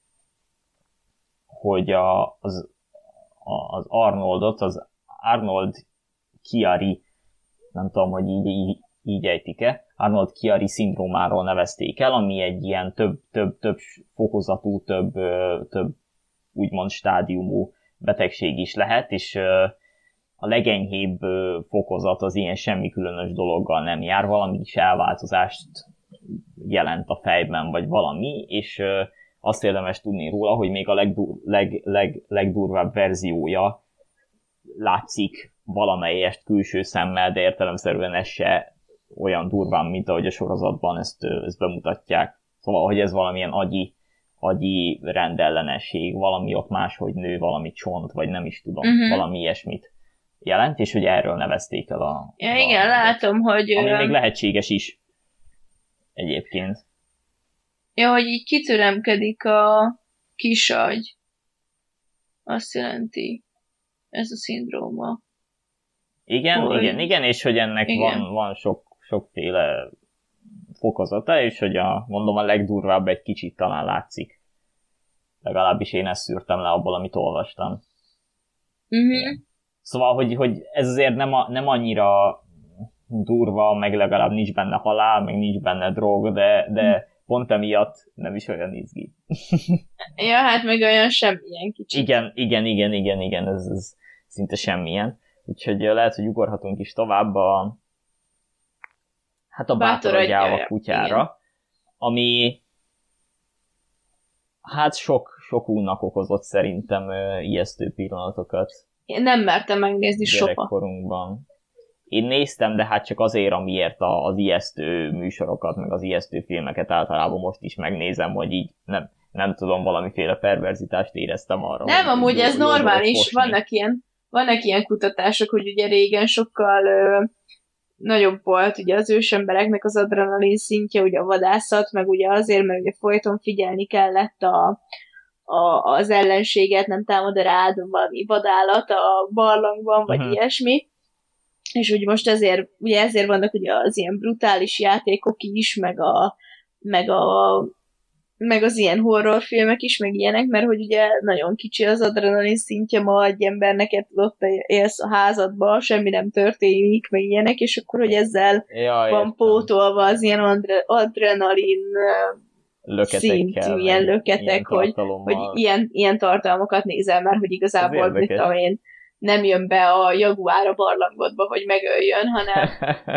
hogy a, az, a, az Arnoldot, az Arnold Chiari, nem tudom, hogy így, így, így ejtik-e, Arnold Chiari szindrómáról nevezték el, ami egy ilyen több, több, több fokozatú, több, több úgymond stádiumú betegség is lehet, és a legenyhébb fokozat az ilyen semmi különös dologgal nem jár, valami is elváltozást jelent a fejben, vagy valami, és azt érdemes tudni róla, hogy még a legdur, leg, leg, legdurvább verziója látszik valamelyest külső szemmel, de értelemszerűen ez se olyan durván, mint ahogy a sorozatban ezt, ezt bemutatják. Szóval, hogy ez valamilyen agyi, agyi rendellenesség, valami ott máshogy nő, valami csont, vagy nem is tudom, uh-huh. valami ilyesmit jelent, és hogy erről nevezték el a... Ja, a igen, a, látom, hogy... Ami még lehetséges is egyébként. Ja, hogy így kitüremkedik a kis agy. Azt jelenti ez a szindróma. Igen, hogy... igen, igen, és hogy ennek igen. van, van sok, sokféle fokozata, és hogy a, mondom, a legdurvább egy kicsit talán látszik. Legalábbis én ezt szűrtem le abból, amit olvastam. Uh-huh. Szóval, hogy, hogy ez azért nem, a, nem annyira durva, meg legalább nincs benne halál, meg nincs benne drog, de, de uh-huh. pont emiatt nem is olyan izgi. Ja, hát meg olyan semmilyen kicsit. Igen, igen, igen, igen, igen, ez, ez szinte semmilyen. Úgyhogy lehet, hogy ugorhatunk is tovább a, hát a Bátor a gyáva kutyára, igen. Ami hát sok, sok úrnak okozott szerintem ijesztő pillanatokat. Én nem mertem megnézni soha. Gyerekkorunkban. Én néztem, de hát csak azért, amiért az ijesztő műsorokat, meg az ijesztő filmeket általában most is megnézem, hogy így nem, nem tudom, valamiféle perverzitást éreztem arra. Nem, amúgy ez normális, vannak ilyen, vannak ilyen kutatások, hogy ugye régen sokkal ö, nagyobb volt ugye az ősembereknek az adrenalin szintje, ugye a vadászat, meg ugye azért, mert ugye folyton figyelni kellett a, a, az ellenséget, nem támad rád valami vadállat a barlangban, vagy uh-huh. ilyesmi. És úgy most ezért, ugye ezért vannak ugye az ilyen brutális játékok is, meg a, meg a meg az ilyen horrorfilmek is, meg ilyenek, mert hogy ugye nagyon kicsi az adrenalin szintje ma egy embernek, ott élsz a házadba, semmi nem történik, meg ilyenek, és akkor, hogy ezzel ja, van értem. Pótolva az ilyen adre- adrenalin szintű, ilyen löketek, ilyen hogy, hogy ilyen, ilyen tartalmakat nézel, mert hogy igazából, mit tudom én, nem jön be a jaguár a barlangodba, hogy megöljön, hanem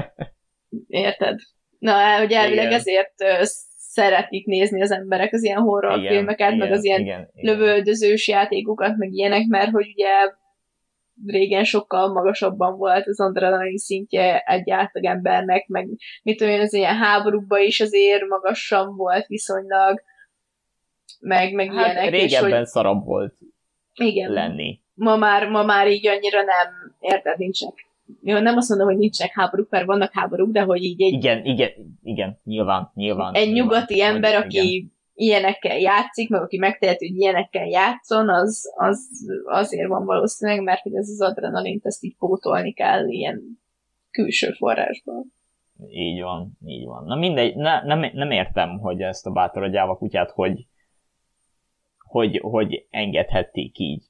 érted? Na, hogy elvileg igen. Ezért szeretik nézni az emberek az ilyen horrorfilmeket, meg az ilyen igen, lövöldözős játékokat, meg ilyenek, mert hogy ugye régen sokkal magasabban volt az adrenalin szintje egy átlag embernek, meg mit tudom én, az ilyen háborúkban is azért magasan volt viszonylag, meg, meg hát ilyenek. Régebben hogy... szarabb volt igen. lenni. Ma már, ma már így annyira nem, érted, nincsenek. Jó, nem azt mondom, hogy nincsenek háborúk, mert vannak háborúk, de hogy így egy... Igen, igen, igen, nyilván, nyilván. Egy nyilván, nyugati ember, hogy, aki igen. ilyenekkel játszik, meg aki megtehet, hogy ilyenekkel játszon, az, az azért van valószínűleg, mert hogy ez az adrenalint, ezt így pótolni kell ilyen külső forrásból. Így van, így van. Na mindegy, ne, nem, nem értem, hogy ezt a Bátor a gyáva kutyát, hogy, hogy, hogy engedhették így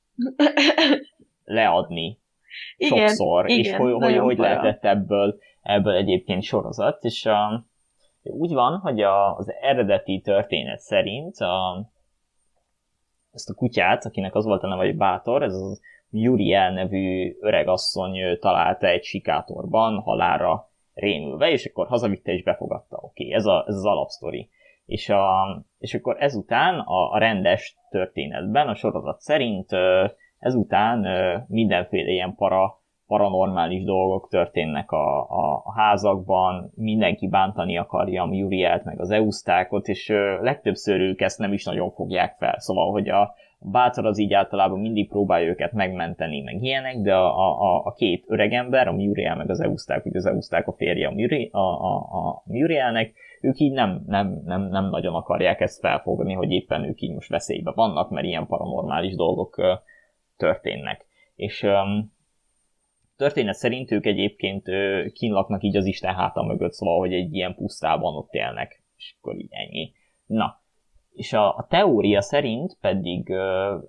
leadni. Igen, sokszor, igen, és hogy, hogy, hogy lehetett ebből, ebből egyébként sorozat, és a, úgy van, hogy a, az eredeti történet szerint a, ezt a kutyát, akinek az volt a neve, hogy Bátor, ez az Muriel nevű öregasszony találta egy sikátorban halálra rémülve, és akkor hazavitte és befogadta. Oké, okay, ez, a, ez az alapsztori. És, a, és akkor ezután a, a rendes történetben, a sorozat szerint ezután mindenféle ilyen para, paranormális dolgok történnek a, a, a házakban, mindenki bántani akarja a Murielt, meg az Eusztákot, és legtöbbször ők ezt nem is nagyon fogják fel. Szóval, hogy a Bátor az így általában mindig próbálja őket megmenteni, meg ilyenek, de a, a, a két öregember, a Muriel meg az Euszták, ugye az Euszták a férje a, Muri, a, a, a Murielnek, ők így nem, nem, nem, nem nagyon akarják ezt felfogni, hogy éppen ők így most veszélyben vannak, mert ilyen paranormális dolgok történnek. És um, történet szerint ők egyébként uh, kínlaknak így az Isten háta mögött, szóval, hogy egy ilyen pusztában ott élnek, és akkor így ennyi. Na, és a, a teória szerint pedig uh,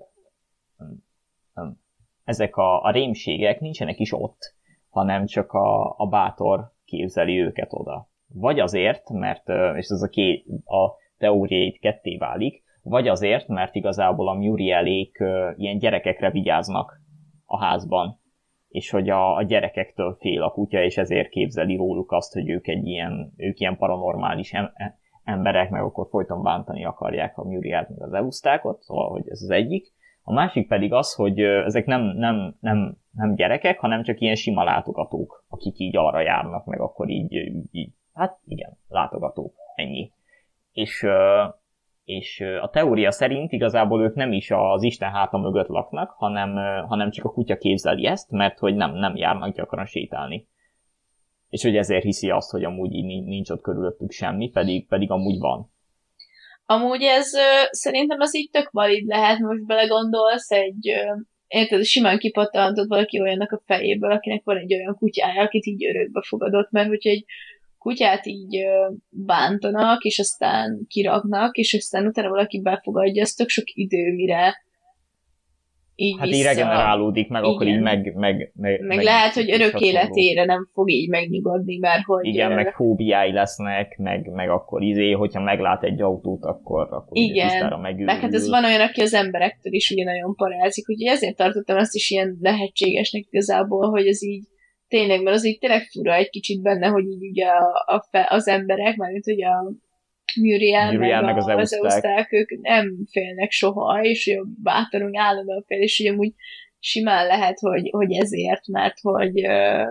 um, ezek a, a rémségek nincsenek is ott, hanem csak a, a Bátor képzeli őket oda. Vagy azért, mert, uh, és ez a, két, a teória itt ketté válik, vagy azért, mert igazából a Murielék uh, ilyen gyerekekre vigyáznak a házban, és hogy a, a gyerekektől fél a kutya, és ezért képzeli róluk azt, hogy ők egy ilyen, ők ilyen paranormális em- emberek, meg akkor folyton bántani akarják a Murielt, meg az Eusztákot, szóval, hogy ez az egyik. A másik pedig az, hogy uh, ezek nem, nem, nem, nem gyerekek, hanem csak ilyen sima látogatók, akik így arra járnak, meg akkor így, így hát igen, látogatók, ennyi. És... Uh, és a teória szerint igazából ők nem is az Isten háta mögött laknak, hanem, hanem csak a kutya képzeli ezt, mert hogy nem, nem járnak gyakran sétálni. És hogy ezért hiszi azt, hogy amúgy nincs ott körülöttük semmi, pedig, pedig amúgy van. Amúgy ez szerintem az így tök valid lehet, most belegondolsz egy, érted, simán kipattantod valaki olyannak a fejéből, akinek van egy olyan kutyája, akit így örökbe fogadott, mert hogyha egy kutyát így bántanak, és aztán kiraknak, és aztán utána valaki befogadja, az tök sok idő, mire így hát vissza. így regenerálódik, meg igen. Akkor így meg... Meg, meg, meg lehet, hogy örök életére nem fog így megnyugodni, mert hogy... Igen, meg fóbiái lesznek, meg, meg akkor izé, hogyha meglát egy autót, akkor, akkor igen, meg hát ez van olyan, aki az emberektől is ugye nagyon parázik, úgyhogy ezért tartottam azt is ilyen lehetségesnek igazából, hogy ez így tényleg, mert az így tényleg fura egy kicsit benne, hogy így ugye a, a fe, az emberek, mármint ugye a Muriel, Muriel meg, meg a, az euszták, ők nem félnek soha, és ugye bátorunk állandóan fél, és ugye amúgy simán lehet, hogy, hogy ezért, mert hogy uh,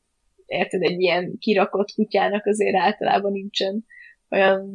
érted, egy ilyen kirakott kutyának azért általában nincsen olyan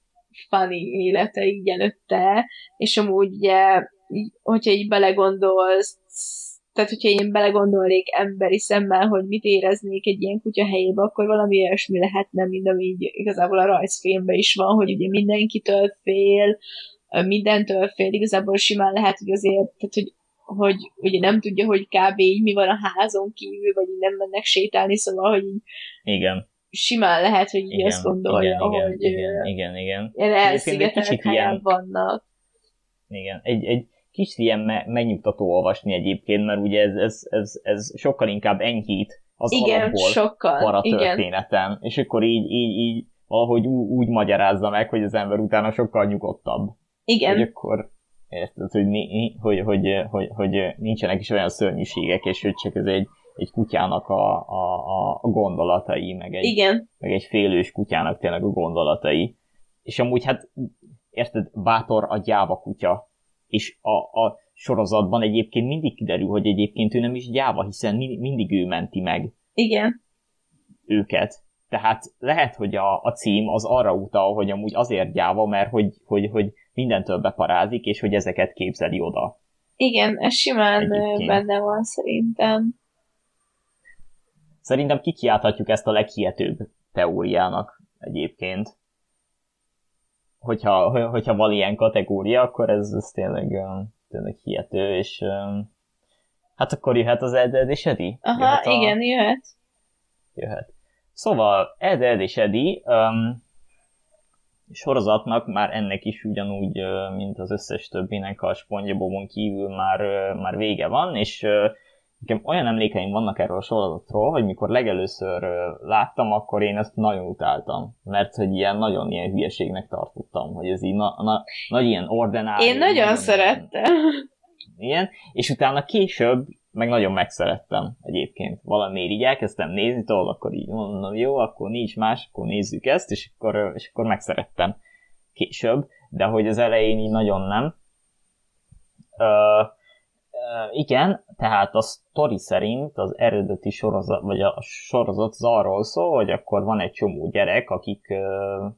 funny élete így előtte, és amúgy ugye, hogyha így belegondolsz, tehát hogyha én belegondolnék emberi szemmel, hogy mit éreznék egy ilyen kutya helyébe, akkor valami olyasmi lehetne, mint ami így igazából a rajzfilmben is van, hogy ugye mindenkitől fél, mindentől fél, igazából simán lehet, hogy azért, tehát hogy, hogy ugye nem tudja, hogy kb. Így mi van a házon kívül, vagy így nem mennek sétálni, szóval, hogy így igen. Simán lehet, hogy így igen, azt gondolja, igen, hogy igen, igen, igen. Ilyen elszigetelt helyen vannak. Igen, egy, egy kicsit ilyen me- megnyugtató olvasni egyébként, mert ugye ez, ez, ez, ez sokkal inkább enyhít az igen, alapból sokkal, paratörténeten, és akkor így, így, így valahogy ú- úgy magyarázza meg, hogy az ember utána sokkal nyugodtabb. Igen. Hogy akkor érted, hogy, hogy, hogy, hogy, hogy nincsenek is olyan szörnyűségek, és hogy csak ez egy, egy kutyának a, a, a gondolatai, meg egy, igen. meg egy félős kutyának tényleg a gondolatai. És amúgy hát, érted, bátor a gyáva kutya, és a, a sorozatban egyébként mindig kiderül, hogy egyébként ő nem is gyáva, hiszen mindig ő menti meg igen. őket. Tehát lehet, hogy a, a cím az arra utal, hogy amúgy azért gyáva, mert hogy, hogy, hogy mindentől beparázik, és hogy ezeket képzeli oda. Igen, ez simán egyébként benne van szerintem. Szerintem kikiálthatjuk ezt a leghihetőbb teóriának egyébként. Hogyha, hogyha van ilyen kategória, akkor ez, ez tényleg, tényleg hihető, és hát akkor jöhet az Ed, Ed és Eddie? Aha, jöhet a... igen, jöhet. Jöhet. Szóval Ed, Ed és Eddie um, sorozatnak már ennek is ugyanúgy, mint az összes többinek a SpongeBobon kívül már, már vége van, és nekem olyan emlékeim vannak erről a sorozatról, hogy mikor legelőször láttam, akkor én ezt nagyon utáltam, mert hogy ilyen nagyon ilyen hülyeségnek tartottam, hogy ez így na, na, nagy ilyen ordinári. Én nagyon, nagyon szerettem. Ilyen, és utána később meg nagyon megszerettem egyébként. Valamiért így elkezdtem nézni, tudod, akkor így mondom, jó, akkor nincs más, akkor nézzük ezt, és akkor, és akkor megszerettem később, de hogy az elején így nagyon nem. Uh, Uh, igen, tehát a sztori szerint az eredeti sorozat, vagy a sorozat az arról szól, hogy akkor van egy csomó gyerek, akik uh,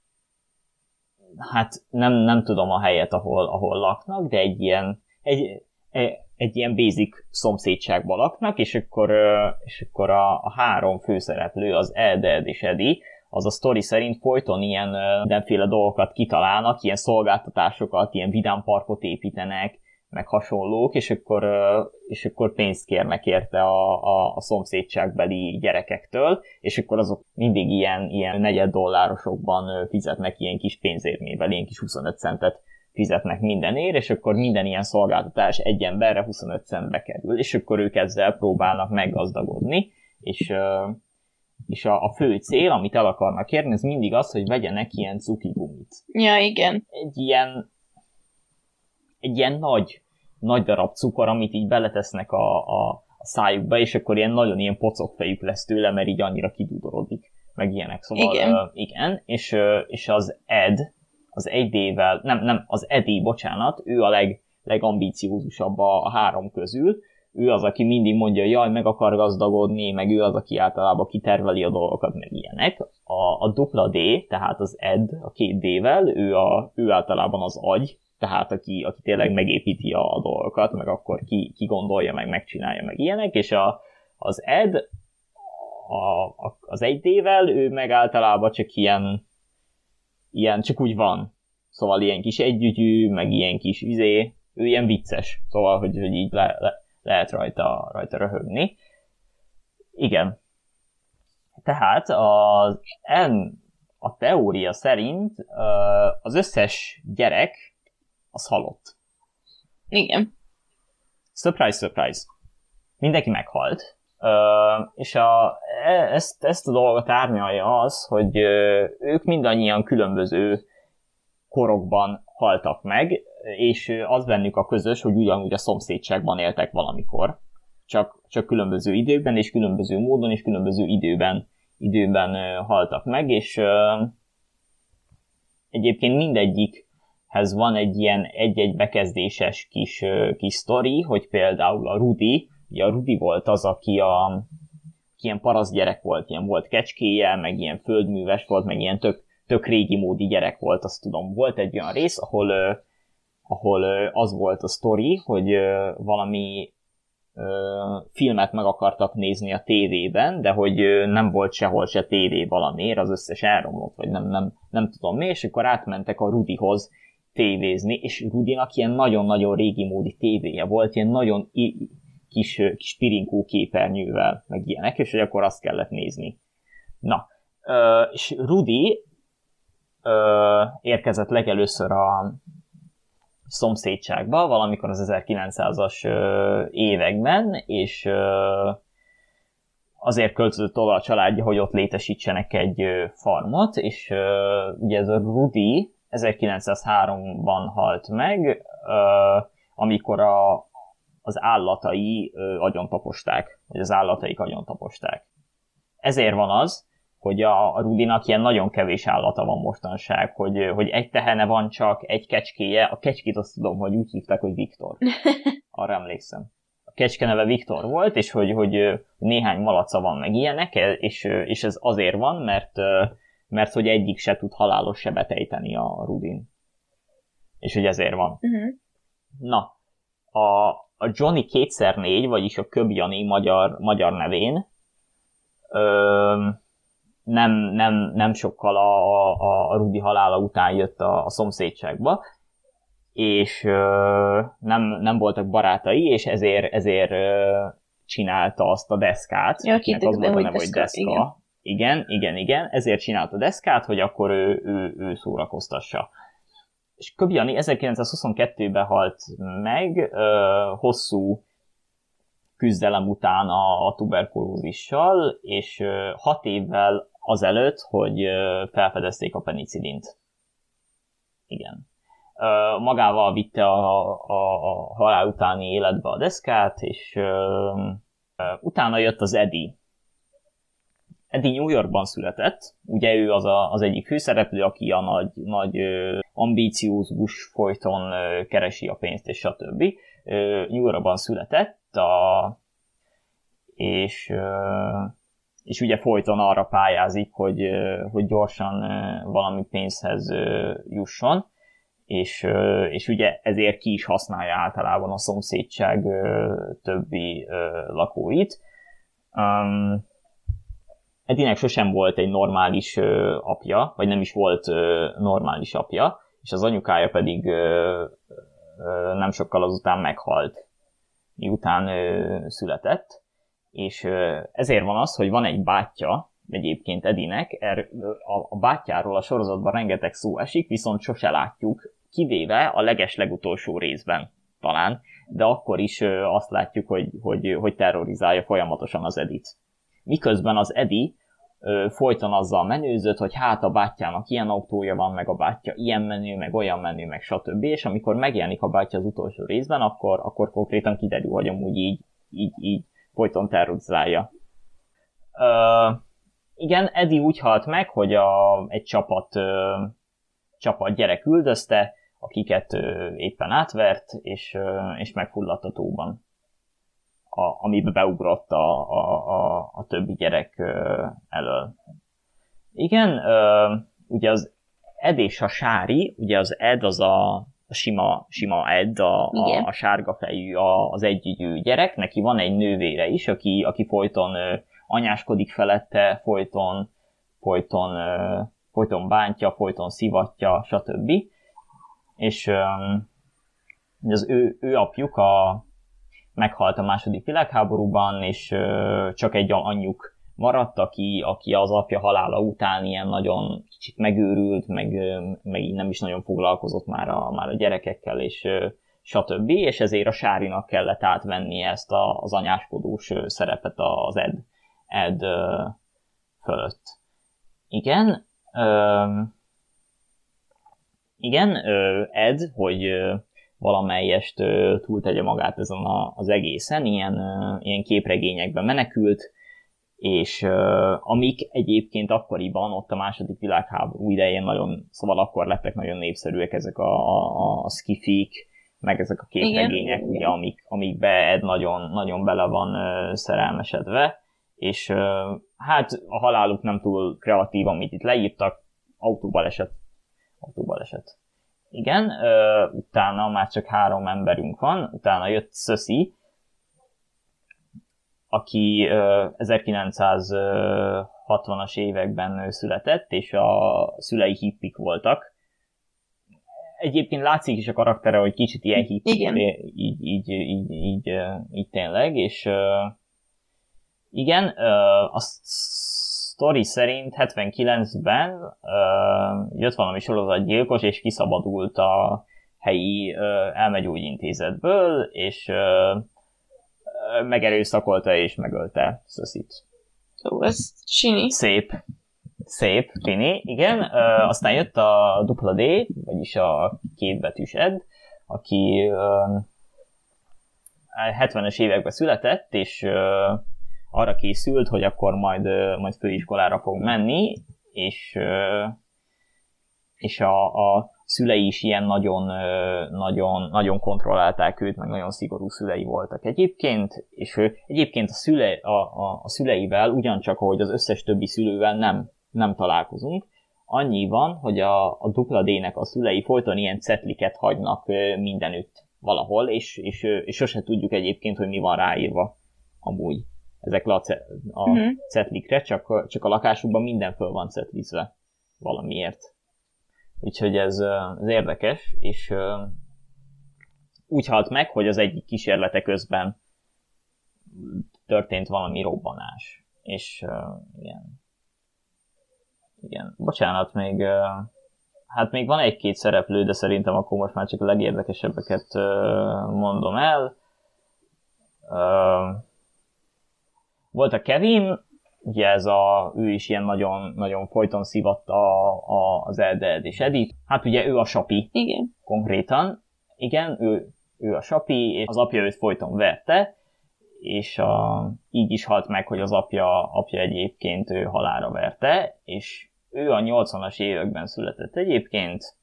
hát nem, nem tudom a helyet, ahol, ahol laknak, de egy ilyen egy, egy, egy ilyen basic szomszédságban laknak, és akkor, uh, és akkor a, a három főszereplő, az Ed, Ed és Eddie, az a sztori szerint folyton ilyen uh, mindenféle dolgokat kitalálnak, ilyen szolgáltatásokat, ilyen vidámparkot építenek, meg hasonlók, és akkor, és akkor pénzt kérnek érte a, a, a szomszédságbeli gyerekektől, és akkor azok mindig ilyen, ilyen negyed dollárosokban fizetnek ilyen kis pénzérmével, ilyen kis huszonöt centet fizetnek mindenért, és akkor minden ilyen szolgáltatás egy emberre huszonöt centbe kerül, és akkor ők ezzel próbálnak meggazdagodni, és, és a, a fő cél, amit el akarnak érni, ez mindig az, hogy vegyenek ilyen cukigumit. Ja, igen. Egy ilyen egy ilyen nagy, nagy darab cukor, amit így beletesznek a, a, a szájukba, és akkor ilyen nagyon ilyen pocokfejük lesz tőle, mert így annyira kidudorodik, meg ilyenek. Szóval igen, uh, igen és, uh, és az Ed, az egy D-vel, nem, nem, az Eddie, bocsánat, ő a leg, legambiciózusabb a, a három közül, ő az, aki mindig mondja, hogy jaj, meg akar gazdagodni, meg ő az, aki általában kiterveli a dolgokat, meg ilyenek. A, a dupla D, tehát az Ed, a két D-vel, ő, a, ő általában az agy, tehát aki, aki tényleg megépíti a, a dolgokat, meg akkor ki, ki gondolja, meg megcsinálja, meg ilyenek, és a, az Ed, a, a, az egy D-vel, ő meg általában csak ilyen, ilyen, csak úgy van. Szóval ilyen kis együgyű, meg ilyen kis izé, ő ilyen vicces, szóval, hogy, hogy így le, le, lehet rajta, rajta röhögni. Igen. Tehát az, en, a teória szerint az összes gyerek az halott. Igen. surprise, surprise, mindenki meghalt, uh, és a, ezt, ezt a dolgot árnyalja az, hogy uh, ők mindannyian különböző korokban haltak meg, és az bennük a közös, hogy ugyanúgy a szomszédságban éltek valamikor, csak, csak különböző időkben, és különböző módon, és különböző időben, időben uh, haltak meg, és uh, egyébként mindegyikhez van egy ilyen egy-egy bekezdéses kis, uh, kis sztori, hogy például a Rudy, ugye a Rudy volt az, aki a, ilyen paraszt gyerek volt, ilyen volt kecskéje, meg ilyen földműves volt, meg ilyen tök, tök régi módi gyerek volt, azt tudom. Volt egy olyan rész, ahol, uh, ahol uh, az volt a sztori, hogy uh, valami filmet meg akartak nézni a tévében, de hogy nem volt sehol se tévé valamiért, az összes elromlott, vagy nem, nem, nem tudom mi, és akkor átmentek a Rudyhoz tévézni, és Rudynak ilyen nagyon-nagyon régi módi tévéje volt, ilyen nagyon kis, kis pirinkó képernyővel, meg ilyenek, és hogy akkor azt kellett nézni. Na, és Rudy érkezett legelőször a szomszédságba, valamikor az ezerkilencszázas években, és azért költözött oda a családja, hogy ott létesítsenek egy farmot, és ugye ez a Rudy ezerkilencszázháromban halt meg, amikor a, az állatai agyontaposták, vagy az állataik agyontaposták. Ezért van az, hogy a, a Rudynak ilyen nagyon kevés állata van mostanság, hogy, hogy egy tehene van csak, egy kecskéje, a kecskét azt tudom, hogy úgy hívták, hogy Viktor. Arra emlékszem. A kecske neve Viktor volt, és hogy, hogy néhány malaca van meg ilyenek, és, és ez azért van, mert, mert hogy egyik se tud halálos sebet ejteni a Rudyn. És hogy ezért van. Uh-huh. Na, a, a Johnny kétszer négy, vagyis a Köb Jani magyar, magyar nevén, ö, Nem, nem, nem sokkal a, a, a Rudy halála után jött a, a szomszédságba, és ö, nem, nem voltak barátai, és ezért, ezért ö, csinálta azt a deszkát. Ja, az volt a neve, hogy deszka. Igen. igen, igen, igen, ezért csinálta a deszkát, hogy akkor ő, ő, ő szórakoztassa. És Köb Jani ezerkilencszázhuszonkettőben halt meg, ö, hosszú küzdelem után a, a tuberkulózissal, és ö, hat évvel azelőtt, hogy felfedezték a penicillint. Igen. Magával vitte a, a, a halál utáni életbe a deszkát, és uh, utána jött az Eddie. Eddie New Yorkban született, ugye ő az a, az egyik főszereplő, aki a nagy, nagy ambíciózus, folyton keresi a pénzt, és stb. New Yorkban született, a, és és ugye folyton arra pályázik, hogy, hogy gyorsan valami pénzhez jusson, és, és ugye ezért ki is használja általában a szomszédság többi lakóit. Um, Eddie-nek sosem volt egy normális apja, vagy nem is volt normális apja, és az anyukája pedig nem sokkal azután meghalt, miután született. És ezért van az, hogy van egy bátyja, egyébként Eddie-nek, er, a, a bátyjáról a sorozatban rengeteg szó esik, viszont sose látjuk, kivéve a leges legutolsó részben talán, de akkor is azt látjuk, hogy, hogy, hogy terrorizálja folyamatosan az Eddie-t. Miközben az Eddie folyton azzal menőzött, hogy hát a bátyjának ilyen autója van, meg a bátyja ilyen menő, meg olyan menő, meg stb. És amikor megjelenik a bátyja az utolsó részben, akkor, akkor konkrétan kiderül, hogy amúgy így, így, így folyton terrorizálja. Uh, igen, Eddie úgy halt meg, hogy a, egy csapat, uh, csapat gyerek üldözte, akiket uh, éppen átvert, és, uh, és megfulladt a tóban, a, amiben beugrott a, a, a, a többi gyerek uh, elől. Igen, uh, ugye az Ed és a Sári, ugye az Ed az a a sima, sima Ed, a, a, a sárga fejű, a, az együgyű gyerek, neki van egy nővére is, aki, aki folyton ö, anyáskodik felette, folyton, folyton, ö, folyton bántja, folyton szivatja, stb. És ö, az ő, ő apjuk a, meghalt a második világháborúban, és ö, csak egy anyjuk maradt, aki, aki az apja halála után ilyen nagyon kicsit megőrült, meg, meg nem is nagyon foglalkozott már a, már a gyerekekkel, és, stb. És ezért a Sárinak kellett átvennie ezt a, az anyáskodós szerepet az Ed, Ed fölött. Igen, ö, igen, ö, Ed, hogy ö, valamelyest ö, túltegye magát ezen a, az egészen, ilyen, ö, ilyen képregényekben menekült, és ö, amik egyébként akkoriban, ott a második világháború idején nagyon, szóval akkor lettek nagyon népszerűek ezek a, a, a skifik, meg ezek a képregények, igen, ugye, amik, amikbe Ed nagyon, nagyon bele van ö, szerelmesedve, és ö, hát a haláluk nem túl kreatív, amit itt leírtak, autóbaleset. Autóbaleset. Igen, ö, utána már csak három emberünk van, utána jött Cersei, aki ö, ezerkilencszázhatvanas években született, és a szülei hippik voltak. Egyébként látszik is a karaktere, hogy kicsit ilyen hippik, így, így, így, így, így, így tényleg, és ö, igen, ö, a sztori szerint hetvenkilencben ö, jött valami sorozatgyilkos, és kiszabadult a helyi ö, elmegyógyintézetből, és ö, megerőszakolta és megölte Cerseit. Ó, ez sini. Szép. Szép, Fini, igen. Ö, aztán jött a dupla D, vagyis a kétbetűs Ed, aki ö, hetvenes években született, és ö, arra készült, hogy akkor majd, ö, majd főiskolára fog menni, és, ö, és a, a szülei is ilyen nagyon, nagyon, nagyon kontrollálták őt, meg nagyon szigorú szülei voltak egyébként, és ő egyébként a, szüle, a, a, a szüleivel ugyancsak, ahogy az összes többi szülővel nem, nem találkozunk. Annyi van, hogy a, a dupla D-nek a szülei folyton ilyen cetliket hagynak mindenütt valahol, és, és, és sose tudjuk egyébként, hogy mi van ráírva amúgy ezekre a, a uh-huh. cetlikre, csak, csak a lakásukban minden föl van cetlizve valamiért. Úgyhogy ez, ez érdekes, és úgy halt meg, hogy az egyik kísérlete közben történt valami robbanás. És igen. Igen. Bocsánat, még, hát még van egy-két szereplő, de szerintem akkor most már csak a legérdekesebbeket mondom el. Volt a Kevin, ugye ez a, ő is ilyen nagyon, nagyon folyton szivatta a, a, az Elded és Edit. Hát ugye ő a sapi. Igen. Konkrétan. Igen, ő, ő a sapi, és az apja őt folyton verte, és a, így is halt meg, hogy az apja, apja egyébként ő halálra verte, és ő a nyolcvanas években született egyébként.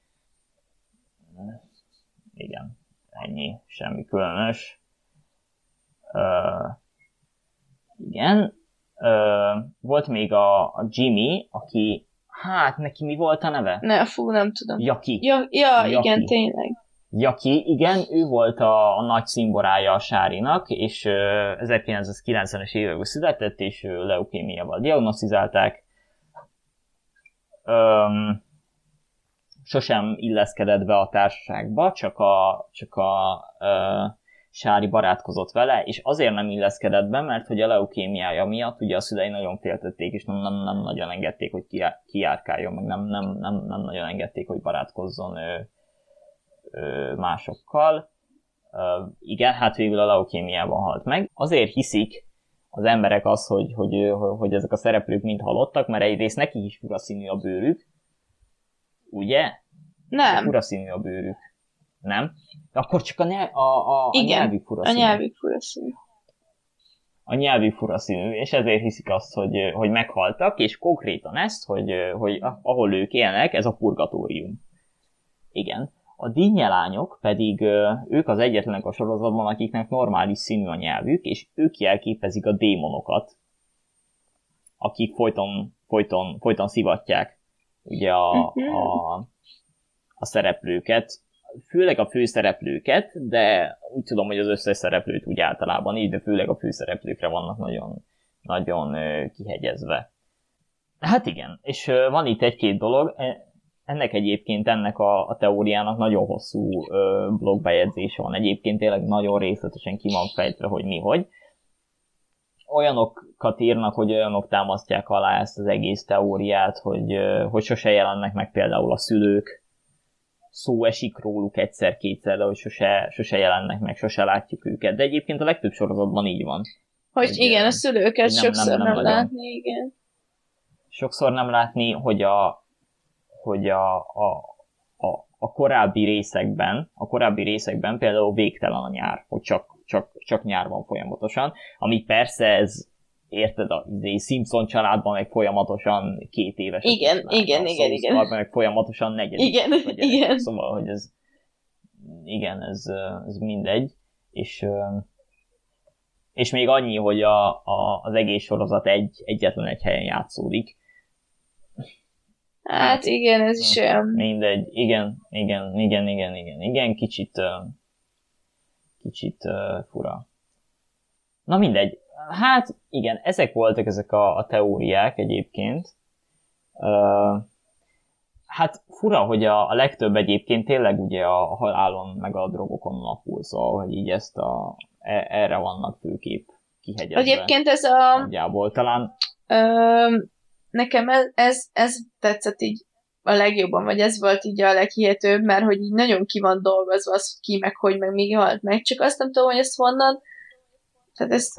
Igen, ennyi, semmi különös. Uh, igen. Uh, volt még a, a Jimmy, aki, hát neki mi volt a neve? Ne, fú, nem tudom. Jaki. Ja, ja Jaki. Igen, tényleg. Jaki, igen, ő volt a, a nagy szimborája a Sárinak, és uh, ezerkilencszázkilencvenes években született, és uh, leukémiával diagnosztizálták. Um, sosem illeszkedett be a társaságba, csak a, csak a uh, Sári barátkozott vele, és azért nem illeszkedett be, mert hogy a leukémiája miatt ugye a szülei nagyon féltették, és nem, nem, nem nagyon engedték, hogy kijárkáljon, meg nem, nem, nem, nem nagyon engedték, hogy barátkozzon ő, ő másokkal. Uh, igen, hát végül a leukémiában halt meg. Azért hiszik az emberek az, hogy, hogy, hogy ezek a szereplők mind halottak, mert egyrészt neki is fura színű a bőrük, ugye? Nem. Fura színű a bőrük. Nem? Akkor csak a, nyelv, a, a, igen, a nyelvük fura színű. a nyelvük fura színű. A nyelvük fura színű, és ezért hiszik azt, hogy, hogy meghaltak, és konkrétan ezt, hogy, hogy ahol ők élnek, ez a purgatórium. Igen. A dinnyelányok pedig ők az egyetlenek a sorozatban, akiknek normális színű a nyelvük, és ők jelképezik a démonokat, akik folyton, folyton, folyton szivatják ugye a, a, a szereplőket, főleg a főszereplőket, de úgy tudom, hogy az összes szereplőt úgy általában így, de főleg a főszereplőkre vannak nagyon, nagyon kihegyezve. Hát igen, és van itt egy-két dolog, ennek egyébként, ennek a, a teóriának nagyon hosszú ö, blogbejegyzése van. Egyébként tényleg nagyon részletesen ki van fejtve, hogy mi, hogy. Olyanokat írnak, hogy olyanok támasztják alá ezt az egész teóriát, hogy, ö, hogy sose jelennek meg például a szülők, szó esik róluk egyszer-kétszer, de hogy sose, sose jelennek meg, sose látjuk őket. De egyébként a legtöbb sorozatban így van. Hogy, hogy igen, a szülőket nem, sokszor nem, nem, nem látni, igen. Sokszor nem látni, hogy a, hogy a, a, a, a korábbi részekben, a korábbi részekben például végtelen a nyár, hogy csak, csak, csak nyár van folyamatosan, ami persze ez, érted, a Simpson családban meg folyamatosan két éves. Igen, igen, igen, igen, igen. meg folyamatosan negyedik. Igen, igen. Szóval, hogy ez, igen, ez, ez mindegy. És, és még annyi, hogy a, a, az egész sorozat egy, egyetlen egy helyen játszódik. Hát, hát igen, ez is olyan. Mindegy, igen, igen, igen, igen, igen, igen, kicsit, kicsit fura. Na mindegy. Hát igen, ezek voltak ezek a, a teóriák egyébként. Uh, hát fura, hogy a, a legtöbb egyébként tényleg ugye a halálon meg a drogokon alapul, szóval, hogy így ezt a, e, erre vannak főképp kihegyezve. Egyébként ez a... Nagyjából talán... Ö, nekem ez, ez, ez tetszett így a legjobban, vagy ez volt így a leghihetőbb, mert hogy így nagyon ki van dolgozva az, ki meg hogy meg még halt meg, csak azt nem tudom, hogy ezt honnan, tehát ezt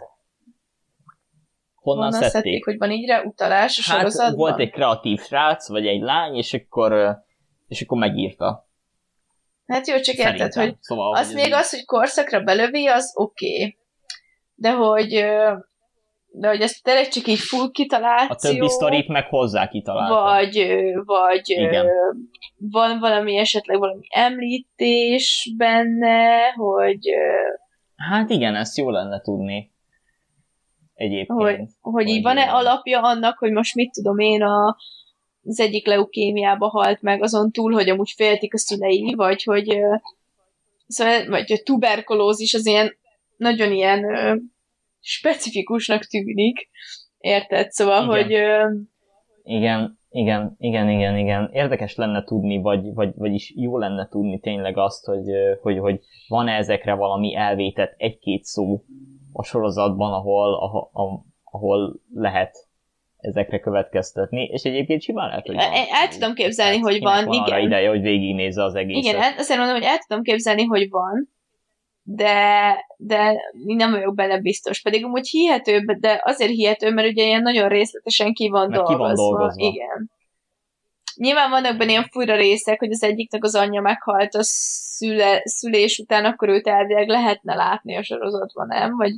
honnan, honnan szedték? szedték, hogy van így utalás a hát sorozatban? Volt egy kreatív srác, vagy egy lány, és akkor, és akkor megírta. Hát jó, csak érted, hogy szóval, az hogy még az, hogy korszakra belövi, az oké. Okay. De hogy de hogy ezt tényleg csak így full kitaláció. A többi sztorit meg hozzá kitalálta. Vagy, vagy igen. Van valami esetleg valami említés benne, hogy... Hát igen, ezt jó lenne tudni. Egyébként. Hogy, hogy így van-e alapja annak, hogy most mit tudom én, a, az egyik leukémiába halt meg azon túl, hogy amúgy féltik a szülei, vagy hogy szóval, vagy hogy tuberkulózis az ilyen nagyon ilyen specifikusnak tűnik. Érted? Szóval, igen. hogy... Igen, igen, igen, igen, igen. Érdekes lenne tudni, vagy, vagy, vagyis jó lenne tudni tényleg azt, hogy, hogy, hogy van-e ezekre valami elvétett egy-két szó a sorozatban, ahol, ahol, ahol lehet ezekre következtetni, és egyébként simán lehet, hogy van. El, el tudom képzelni, hogy van, van igen. arra ideje, hogy végignézze az egészet. Igen, azt mondom, hogy el tudom képzelni, hogy van, de, de nem vagyok benne biztos. Pedig amúgy hihetőbb, de azért hihető, mert ugye ilyen nagyon részletesen ki van, dolgozva. ki van dolgozva. Igen. Nyilván vannak benne ilyen fura részek, hogy az egyiknek az anyja meghalt a szüle, szülés után, akkor őt elvileg lehetne látni a sorozatban, nem? Vagy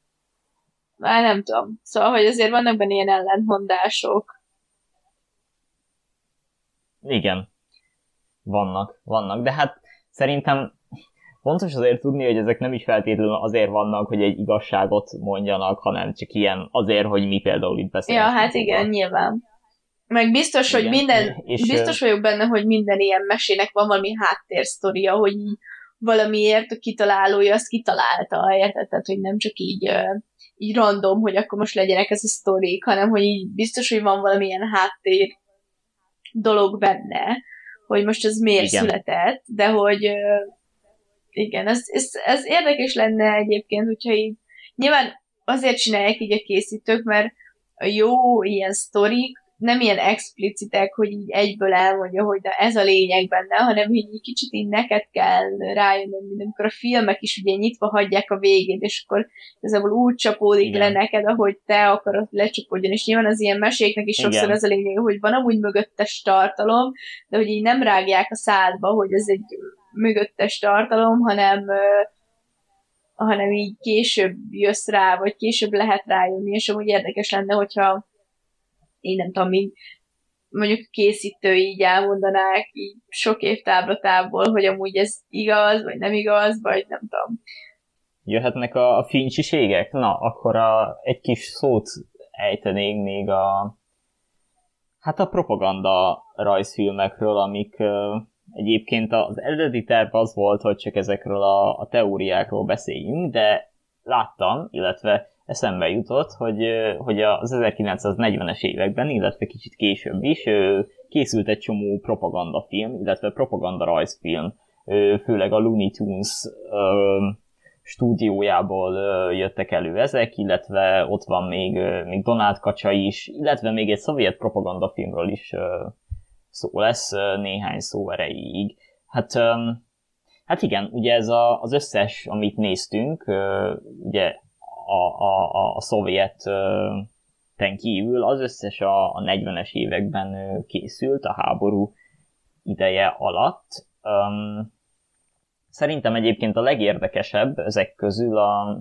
már nem tudom. Szóval, hogy azért vannak benne ilyen ellentmondások. Igen. Vannak, vannak. De hát szerintem fontos azért tudni, hogy ezek nem is feltétlenül azért vannak, hogy egy igazságot mondjanak, hanem csak ilyen azért, hogy mi például itt beszélünk. Ja, hát igen, van. Nyilván. Meg biztos, igen, hogy minden, és biztos vagyok benne, hogy minden ilyen mesének van valami háttérsztoria, hogy így valamiért a kitalálója azt kitalálta, érted? Tehát, hogy nem csak így, így random, hogy akkor most legyenek ez a sztorik, hanem hogy így biztos, hogy van valamilyen háttér dolog benne, hogy most ez miért igen. született, de hogy igen, ez, ez, ez érdekes lenne egyébként, hogyha így nyilván azért csinálják így a készítők, mert a jó ilyen sztorik nem ilyen explicitek, hogy így egyből elmondja, hogy na ez a lényeg benne, hanem így kicsit így neked kell rájönnöm, mint amikor a filmek is ugye nyitva hagyják a végét, és akkor igazából úgy csapódik igen. le neked, ahogy te akarod lecsapódjon, és nyilván az ilyen meséknek is sokszor igen. az a lényeg, hogy van amúgy mögöttes tartalom, de hogy így nem rágják a szádba, hogy ez egy mögöttes tartalom, hanem hanem így később jössz rá, vagy később lehet rájönni, és amúgy érdekes lenne, hogyha én nem tudom, így mondjuk készítői így elmondanák így sok év táblatából, hogy amúgy ez igaz, vagy nem igaz, vagy nem tudom. Jöhetnek a, a fincsiségek? Na, akkor a, egy kis szót ejtenénk még a hát a propaganda rajzfilmekről, amik uh, egyébként az eredeti terv az volt, hogy csak ezekről a, a teóriákról beszéljünk, de láttam, illetve eszembe jutott, hogy, hogy az ezerkilencszáznegyvenes években, illetve kicsit később is készült egy csomó propagandafilm, illetve propaganda rajzfilm, főleg a Looney Tunes stúdiójából jöttek elő ezek, illetve ott van még, még Donald kacsa is, illetve még egy szovjet propagandafilmről is szó lesz néhány szó erejéig. Hát, hát igen, ugye ez a, az összes, amit néztünk, ugye a, a, a, a szovjeten kívül az összes a, a negyvenes években készült a háború ideje alatt. Szerintem egyébként a legérdekesebb ezek közül a,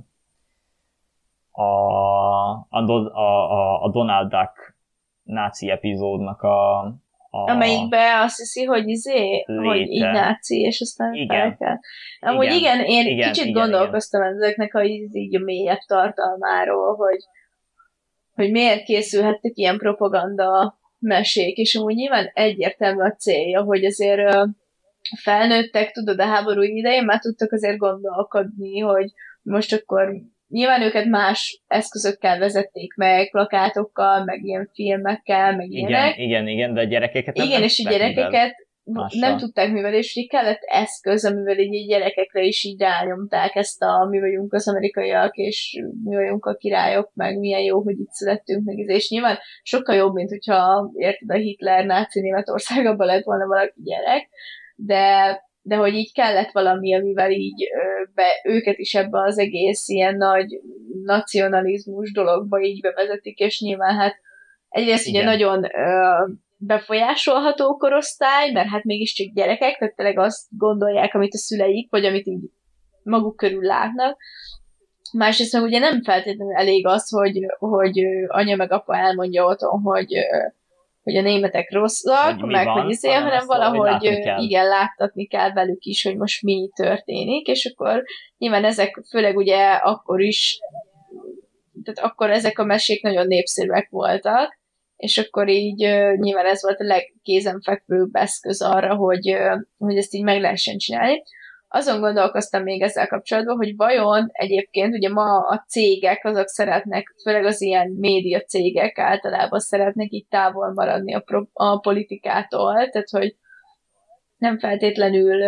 a, a, a, a Donald Duck náci epizódnak a, a amelyikben azt hiszi, hogy izé, léte. Hogy így náci, és aztán fel kell. Amúgy igen, igen én igen, kicsit igen, gondolkoztam igen. ezeknek a, így a mélyebb tartalmáról, hogy, hogy miért készülhettek ilyen propaganda mesék, és amúgy nyilván egyértelmű a célja, hogy azért felnőttek, tudod, a háború idején már tudtak azért gondolkodni, hogy most akkor nyilván őket más eszközökkel vezették meg, plakátokkal, meg ilyen filmekkel, meg igen, ilyenek. Igen, igen, de a gyerekeket nem Igen, és a gyerekeket nem tudták művelni, és így kellett eszköz, amivel így a gyerekekre is így rányomták ezt a mi vagyunk az amerikaiak, és mi vagyunk a királyok, meg milyen jó, hogy itt születtünk, meg és nyilván sokkal jobb, mint hogyha érted a Hitler, náci Németországban lett volna valaki gyerek, de de hogy így kellett valami, amivel így be, őket is ebbe az egész ilyen nagy nacionalizmus dologba így bevezetik, és nyilván hát egyrészt igen. Ugye nagyon ö, befolyásolható korosztály, mert hát mégiscsak gyerekek, tehát tényleg azt gondolják, amit a szüleik, vagy amit így maguk körül látnak. Másrészt meg ugye nem feltétlenül elég az, hogy, hogy anya meg apa elmondja otthon, hogy hogy a németek rosszak, hogy meg van, hogy izé, hanem, hanem valahogy igen, láttatni kell velük is, hogy most mi történik, és akkor nyilván ezek főleg ugye akkor is, tehát akkor ezek a mesék nagyon népszerűek voltak, és akkor így nyilván ez volt a legkézenfekvőbb eszköz arra, hogy, hogy ezt így meg lehessen csinálni. Azon gondolkoztam még ezzel kapcsolatban, hogy vajon egyébként ugye ma a cégek azok szeretnek, főleg az ilyen média cégek általában szeretnek így távol maradni a, pro, a politikától, tehát hogy nem feltétlenül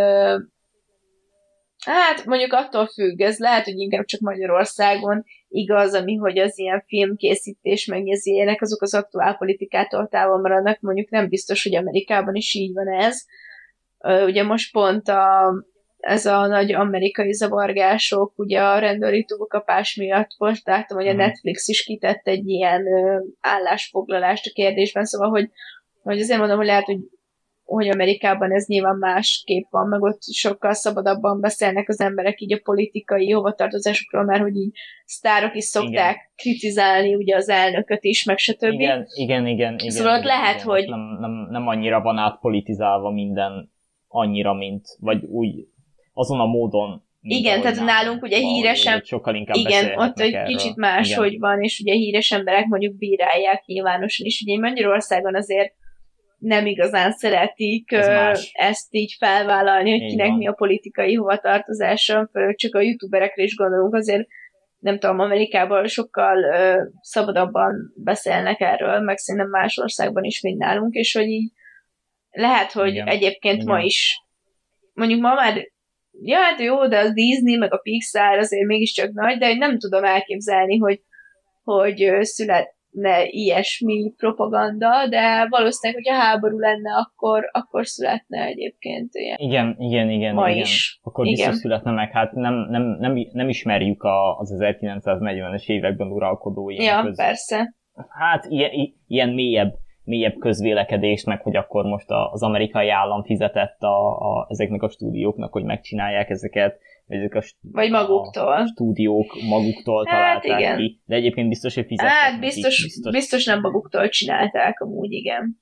hát mondjuk attól függ, ez lehet, hogy inkább csak Magyarországon igaz, ami, hogy az ilyen filmkészítés meg az ilyenek, azok az aktuál politikától távol maradnak, mondjuk nem biztos, hogy Amerikában is így van ez. Ugye most pont a ez a nagy amerikai zavargások, ugye a rendőri túlkapás miatt most láttam, hogy a Netflix is kitett egy ilyen ö, állásfoglalást a kérdésben, szóval, hogy, hogy azért mondom, hogy lehet, hogy, hogy Amerikában ez nyilván másképp van, meg ott sokkal szabadabban beszélnek az emberek így a politikai hovatartozásokról, mert hogy így sztárok is szokták igen. kritizálni ugye az elnököt is, meg stb. Igen, igen, igen. igen szóval igen, lehet, igen. hogy... Nem, nem, nem annyira van átpolitizálva minden annyira, mint, vagy úgy azon a módon. Igen, tehát nálunk ugye híresen, sokkal inkább igen, ott egy erről. Kicsit más, hogy van, és ugye híres emberek mondjuk bírálják nyilvánosan is. Ugye Magyarországon azért nem igazán szeretik Ez ezt így felvállalni, hogy így kinek van. Mi a politikai hovatartozása, csak a youtuberekre is gondolunk, azért nem tudom, Amerikában sokkal uh, szabadabban beszélnek erről, meg szerintem más országban is, mint nálunk, és hogy így lehet, hogy igen. egyébként igen. ma is mondjuk ma már ja, hát jó, de a Disney, meg a Pixar azért mégiscsak nagy, de nem tudom elképzelni, hogy, hogy születne ilyesmi propaganda, de valószínűleg, hogy a háború lenne, akkor, akkor születne egyébként ilyen. Igen, igen, igen. Ma igen. is. Akkor igen. biztos születne meg, hát nem, nem, nem, nem ismerjük a, az ezerkilencszáznegyvenes években uralkodó ilyen ja, köz... persze. Hát ilyen, ilyen mélyebb mélyebb közvélekedést, meg hogy akkor most az amerikai állam fizetett a, a, ezeknek a stúdióknak, hogy megcsinálják ezeket, vagy ezek a, vagy maguktól. A stúdiók maguktól hát találták igen. ki, de egyébként biztos, hogy fizettek. Hát biztos, biztos, biztos nem maguktól csinálták, amúgy igen.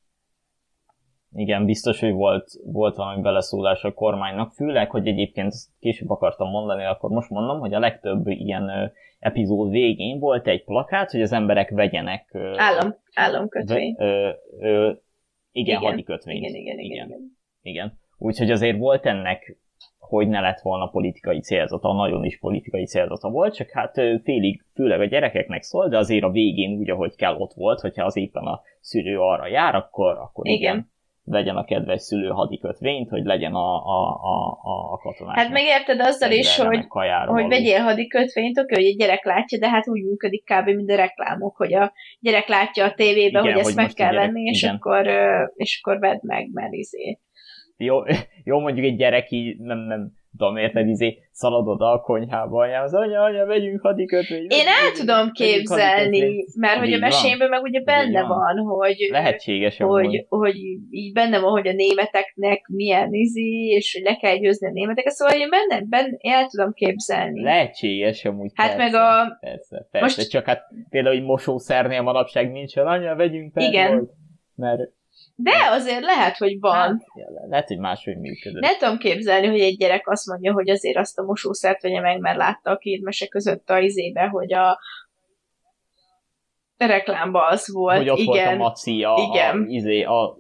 Igen, biztos, hogy volt, volt valami beleszólás a kormánynak, főleg, hogy egyébként később akartam mondani, akkor most mondom, hogy a legtöbb ilyen ö, epizód végén volt egy plakát, hogy az emberek vegyenek ö, Állam, államkötvény. Ve, ö, ö, igen, igen, hadikötvényt. Igen, igen, igen, igen. igen. igen. Úgyhogy azért volt ennek, hogy ne lett volna politikai célzata, nagyon is politikai célzata volt, csak hát félig, főleg a gyerekeknek szól, de azért a végén úgy, ahogy kell ott volt, hogyha az éppen a szülő arra jár, akkor, akkor igen. igen. vegyen a kedves szülő hadikötvényt, hogy legyen a, a, a, a katonák. Hát megérted azzal is, hogy, hogy vegyél hadikötvényt, oké, hogy egy gyerek látja, de hát úgy működik kb. Mint a reklámok, hogy a gyerek látja a tévében, igen, hogy ezt hogy meg kell gyerek, venni, és akkor, és akkor vedd meg, mert izé. jó, jó, mondjuk egy gyerek így, nem, nem tudom, érted, izé, szalad oda a konyhába, anya, az anya, anya, vegyünk hadikötvényt. Én el tudom képzelni, mert hogy a mesémben meg ugye benne van, hogy, lehetséges, hogy, hogy így benne van, hogy a németeknek milyen izé, és hogy le kell győzni a németeket, szóval én benne, benne én el tudom képzelni. Lehetséges amúgy, hát persze, meg a... persze, persze, most... csak hát például egy mosószernél manapság nincsen, anya, vegyünk igen. mert de azért lehet, hogy van. Hát, lehet, hogy máshogy működött. Nem tudom képzelni, hogy egy gyerek azt mondja, hogy azért azt a mosószert vegye meg, mert látta a két mese között a izébe, hogy a reklámban az volt. Hogy ott igen. volt a Maci, a, igen. a, izé, a...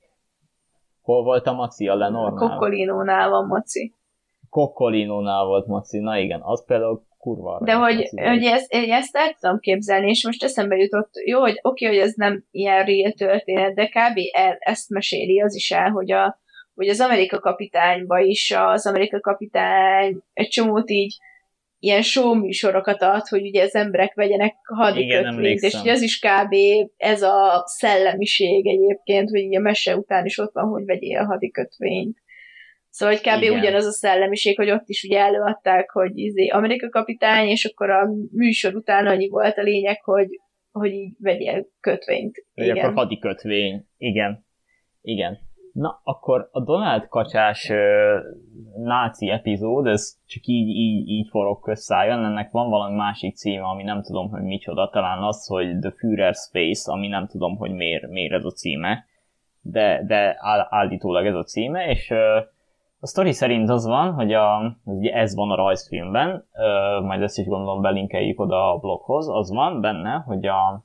Hol volt a Maci? A Lenornál? Coccolinónál van Maci. Coccolinónál volt Maci, na igen, az például kurva. De hogy, hogy ezt, ezt el tudom képzelni, és most eszembe jutott, jó, hogy oké, okay, hogy ez nem ilyen real történet, de kb. El, ezt meséli az is el, hogy, a, hogy az Amerika kapitányba is az Amerika kapitány egy csomót így ilyen show műsorokat ad, hogy ugye az emberek vegyenek hadikötvényt, és hogy az is kb. Ez a szellemiség egyébként, hogy így a mese után is ott van, hogy vegyél hadikötvényt. Szóval, hogy kb. Igen. Ugyanaz a szellemiség, hogy ott is ugye előadták, hogy izé Amerika kapitány, és akkor a műsor után annyi volt a lényeg, hogy, hogy így vegyél kötvényt. Igen. Akkor hadikötvény. Igen. Igen. Na, akkor a Donald kacsás uh, náci epizód, ez csak így, így, így forog közszájon, ennek van valami másik címe, ami nem tudom, hogy micsoda, talán az, hogy The Führer's Face, ami nem tudom, hogy miért, miért ez a címe, de, de áll, állítólag ez a címe, és uh, a sztori szerint az van, hogy a, ugye ez van a rajzfilmben, uh, majd ezt is gondolom belinkeljük oda a bloghoz, az van benne, hogy a,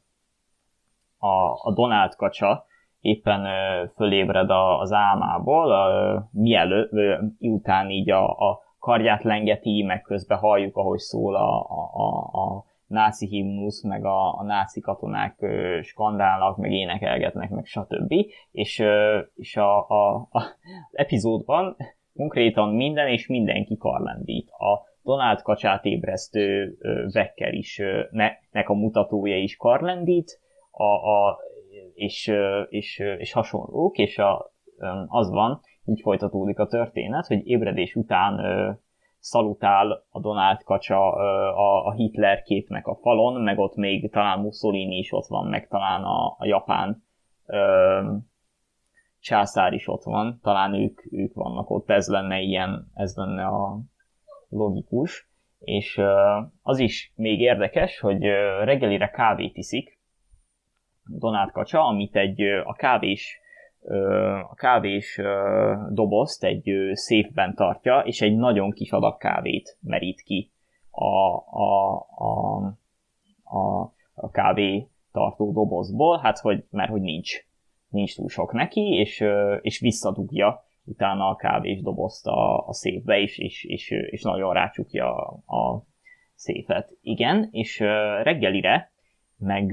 a, a Donald kacsa éppen uh, fölébred a, az álmából, uh, mielőtt, uh, után így a, a karját lengeti, meg közben halljuk, ahogy szól a, a, a, a náci himnusz, meg a, a náci katonák uh, skandálnak, meg énekelgetnek, meg stb. És, uh, és a, a, a, az epizódban konkrétan minden és mindenki karlendít. A Donald kacsát ébresztő Becker is, ne, nek a mutatója is karlendít, a, a, és, és, és hasonlók, és a, az van, így folytatódik a történet, hogy ébredés után szalutál a Donald kacsa a, a Hitler képnek a falon, meg ott még talán Mussolini is ott van, meg talán a, a japán császár is ott van, talán ők, ők vannak ott, ez lenne ilyen, ez lenne a logikus, és az is még érdekes, hogy reggelire kávét iszik Donald kacsa, amit egy a kávés, a kávés dobozt egy széfben tartja, és egy nagyon kis adag kávét merít ki a, a, a, a, a kávé tartó dobozból, hát hogy, mert hogy nincs. nincs túl sok neki, és, és visszadugja utána a kávés dobozt a, a széfbe is, és, és, és nagyon rácsukja a, a széfet. Igen, és reggelire, meg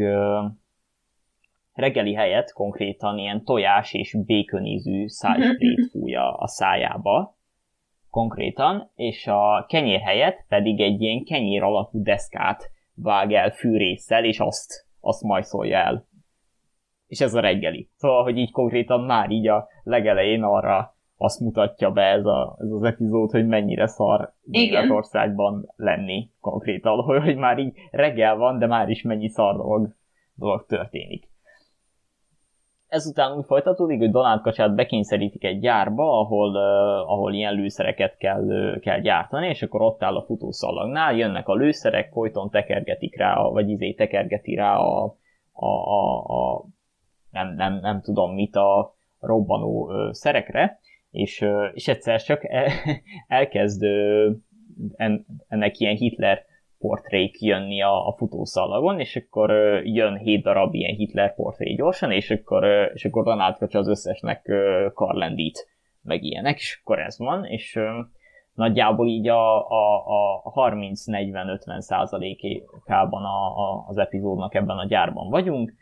reggeli helyett konkrétan ilyen tojás és békönízű szájsprét fújja a szájába, konkrétan, és a kenyér helyett pedig egy ilyen kenyér alakú deszkát vág el fűrésszel, és azt, azt majszolja el. És ez a reggeli. Szóval, hogy így konkrétan már így a legelején arra azt mutatja be ez, a, ez az epizód, hogy mennyire szar Németországban lenni konkrétan. Hogy, hogy már így reggel van, de már is mennyi szar dolog, dolog történik. Ezután úgy folytatódik, hogy Donald kacsát bekényszerítik egy gyárba, ahol, uh, ahol ilyen lőszereket kell, uh, kell gyártani, és akkor ott áll a futószalagnál, jönnek a lőszerek, folyton tekergetik rá, vagy izé tekergeti rá a, a, a, a Nem, nem, nem tudom mit a robbanó ö, szerekre, és, ö, és egyszer csak el, elkezd ö, en, ennek ilyen Hitler portrék jönni a, a futószalagon, és akkor ö, jön hét darab ilyen Hitler portré gyorsan, és akkor, ö, és akkor Donald kacsa az összesnek ö, karlendít, meg ilyenek, és akkor ez van, és ö, nagyjából így a, a, a harminc-negyven-ötven százalékában a, a, az epizódnak ebben a gyárban vagyunk,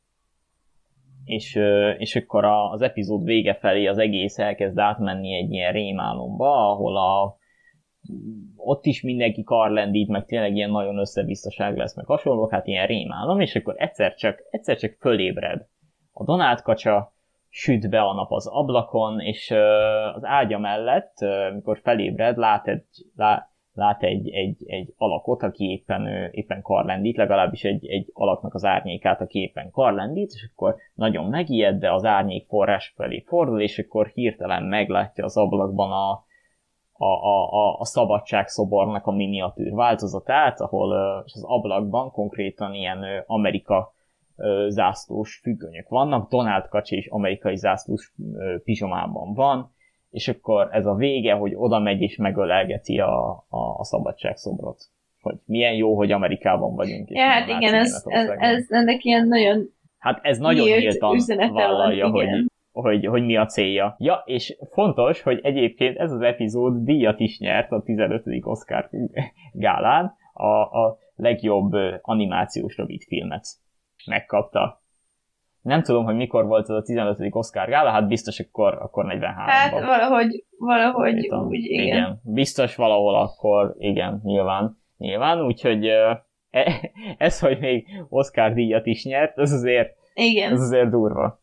És, és akkor az epizód vége felé az egész elkezd átmenni egy ilyen rémálomba, ahol a, ott is mindenki karlendít, meg tényleg ilyen nagyon összebiztoság lesz, meg hasonlók, hát ilyen rémálom, és akkor egyszer csak, egyszer csak fölébred a Donald kacsa, süt be a nap az ablakon, és az ágya mellett, mikor felébred, lát egy, lá, lát egy, egy, egy alakot, aki éppen, éppen karlendít, legalábbis egy, egy alaknak az árnyékát, aki éppen karlendít, és akkor nagyon megijed, de az árnyék forrás felé fordul, és akkor hirtelen meglátja az ablakban a, a, a, a, a szabadságszobornak a miniatűr változatát, ahol és az ablakban konkrétan ilyen Amerika zászlós függönyök vannak, Donald kacsi és amerikai zászlós pizsomában van, és akkor ez a vége, hogy oda megy és megölelgeti a, a, a szabadságszobrot. Hogy milyen jó, hogy Amerikában vagyunk. Ja, hát igen, ez, ez, ez ennek ilyen nagyon Hát ez nagyon nyíltan vállalja, hogy, hogy, hogy mi a célja. Ja, és fontos, hogy egyébként ez az epizód díjat is nyert a tizenötödik Oscar gálán, a, a legjobb animációs rövidfilmet megkapta. Nem tudom, hogy mikor volt ez a tizenötödik Oscar gála, hát biztos akkor, akkor negyvenháromban. Hát valahogy, valahogy Étan, úgy, igen. igen. Biztos valahol akkor, igen, nyilván. Nyilván, úgyhogy ez, hogy még Oscar díjat is nyert, ez azért, igen. ez azért durva.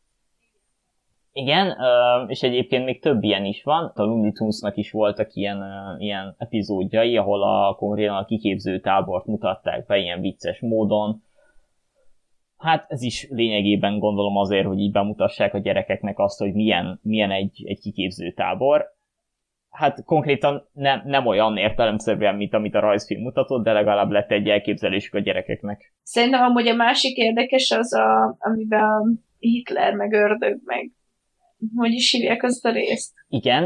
Igen, és egyébként még több ilyen is van. A Looney Tunesnak is voltak ilyen, ilyen epizódjai, ahol a, konkrétan a kiképző tábort mutatták be ilyen vicces módon. Hát ez is lényegében gondolom azért, hogy így bemutassák a gyerekeknek azt, hogy milyen, milyen egy, egy kiképző tábor. Hát konkrétan nem, nem olyan értelemszerűen, mint amit a rajzfilm mutatott, de legalább lett egy elképzelésük a gyerekeknek. Szerintem amúgy a másik érdekes az, a, amiben Hitler meg ördög meg hogy is hívják azt a részt? Igen.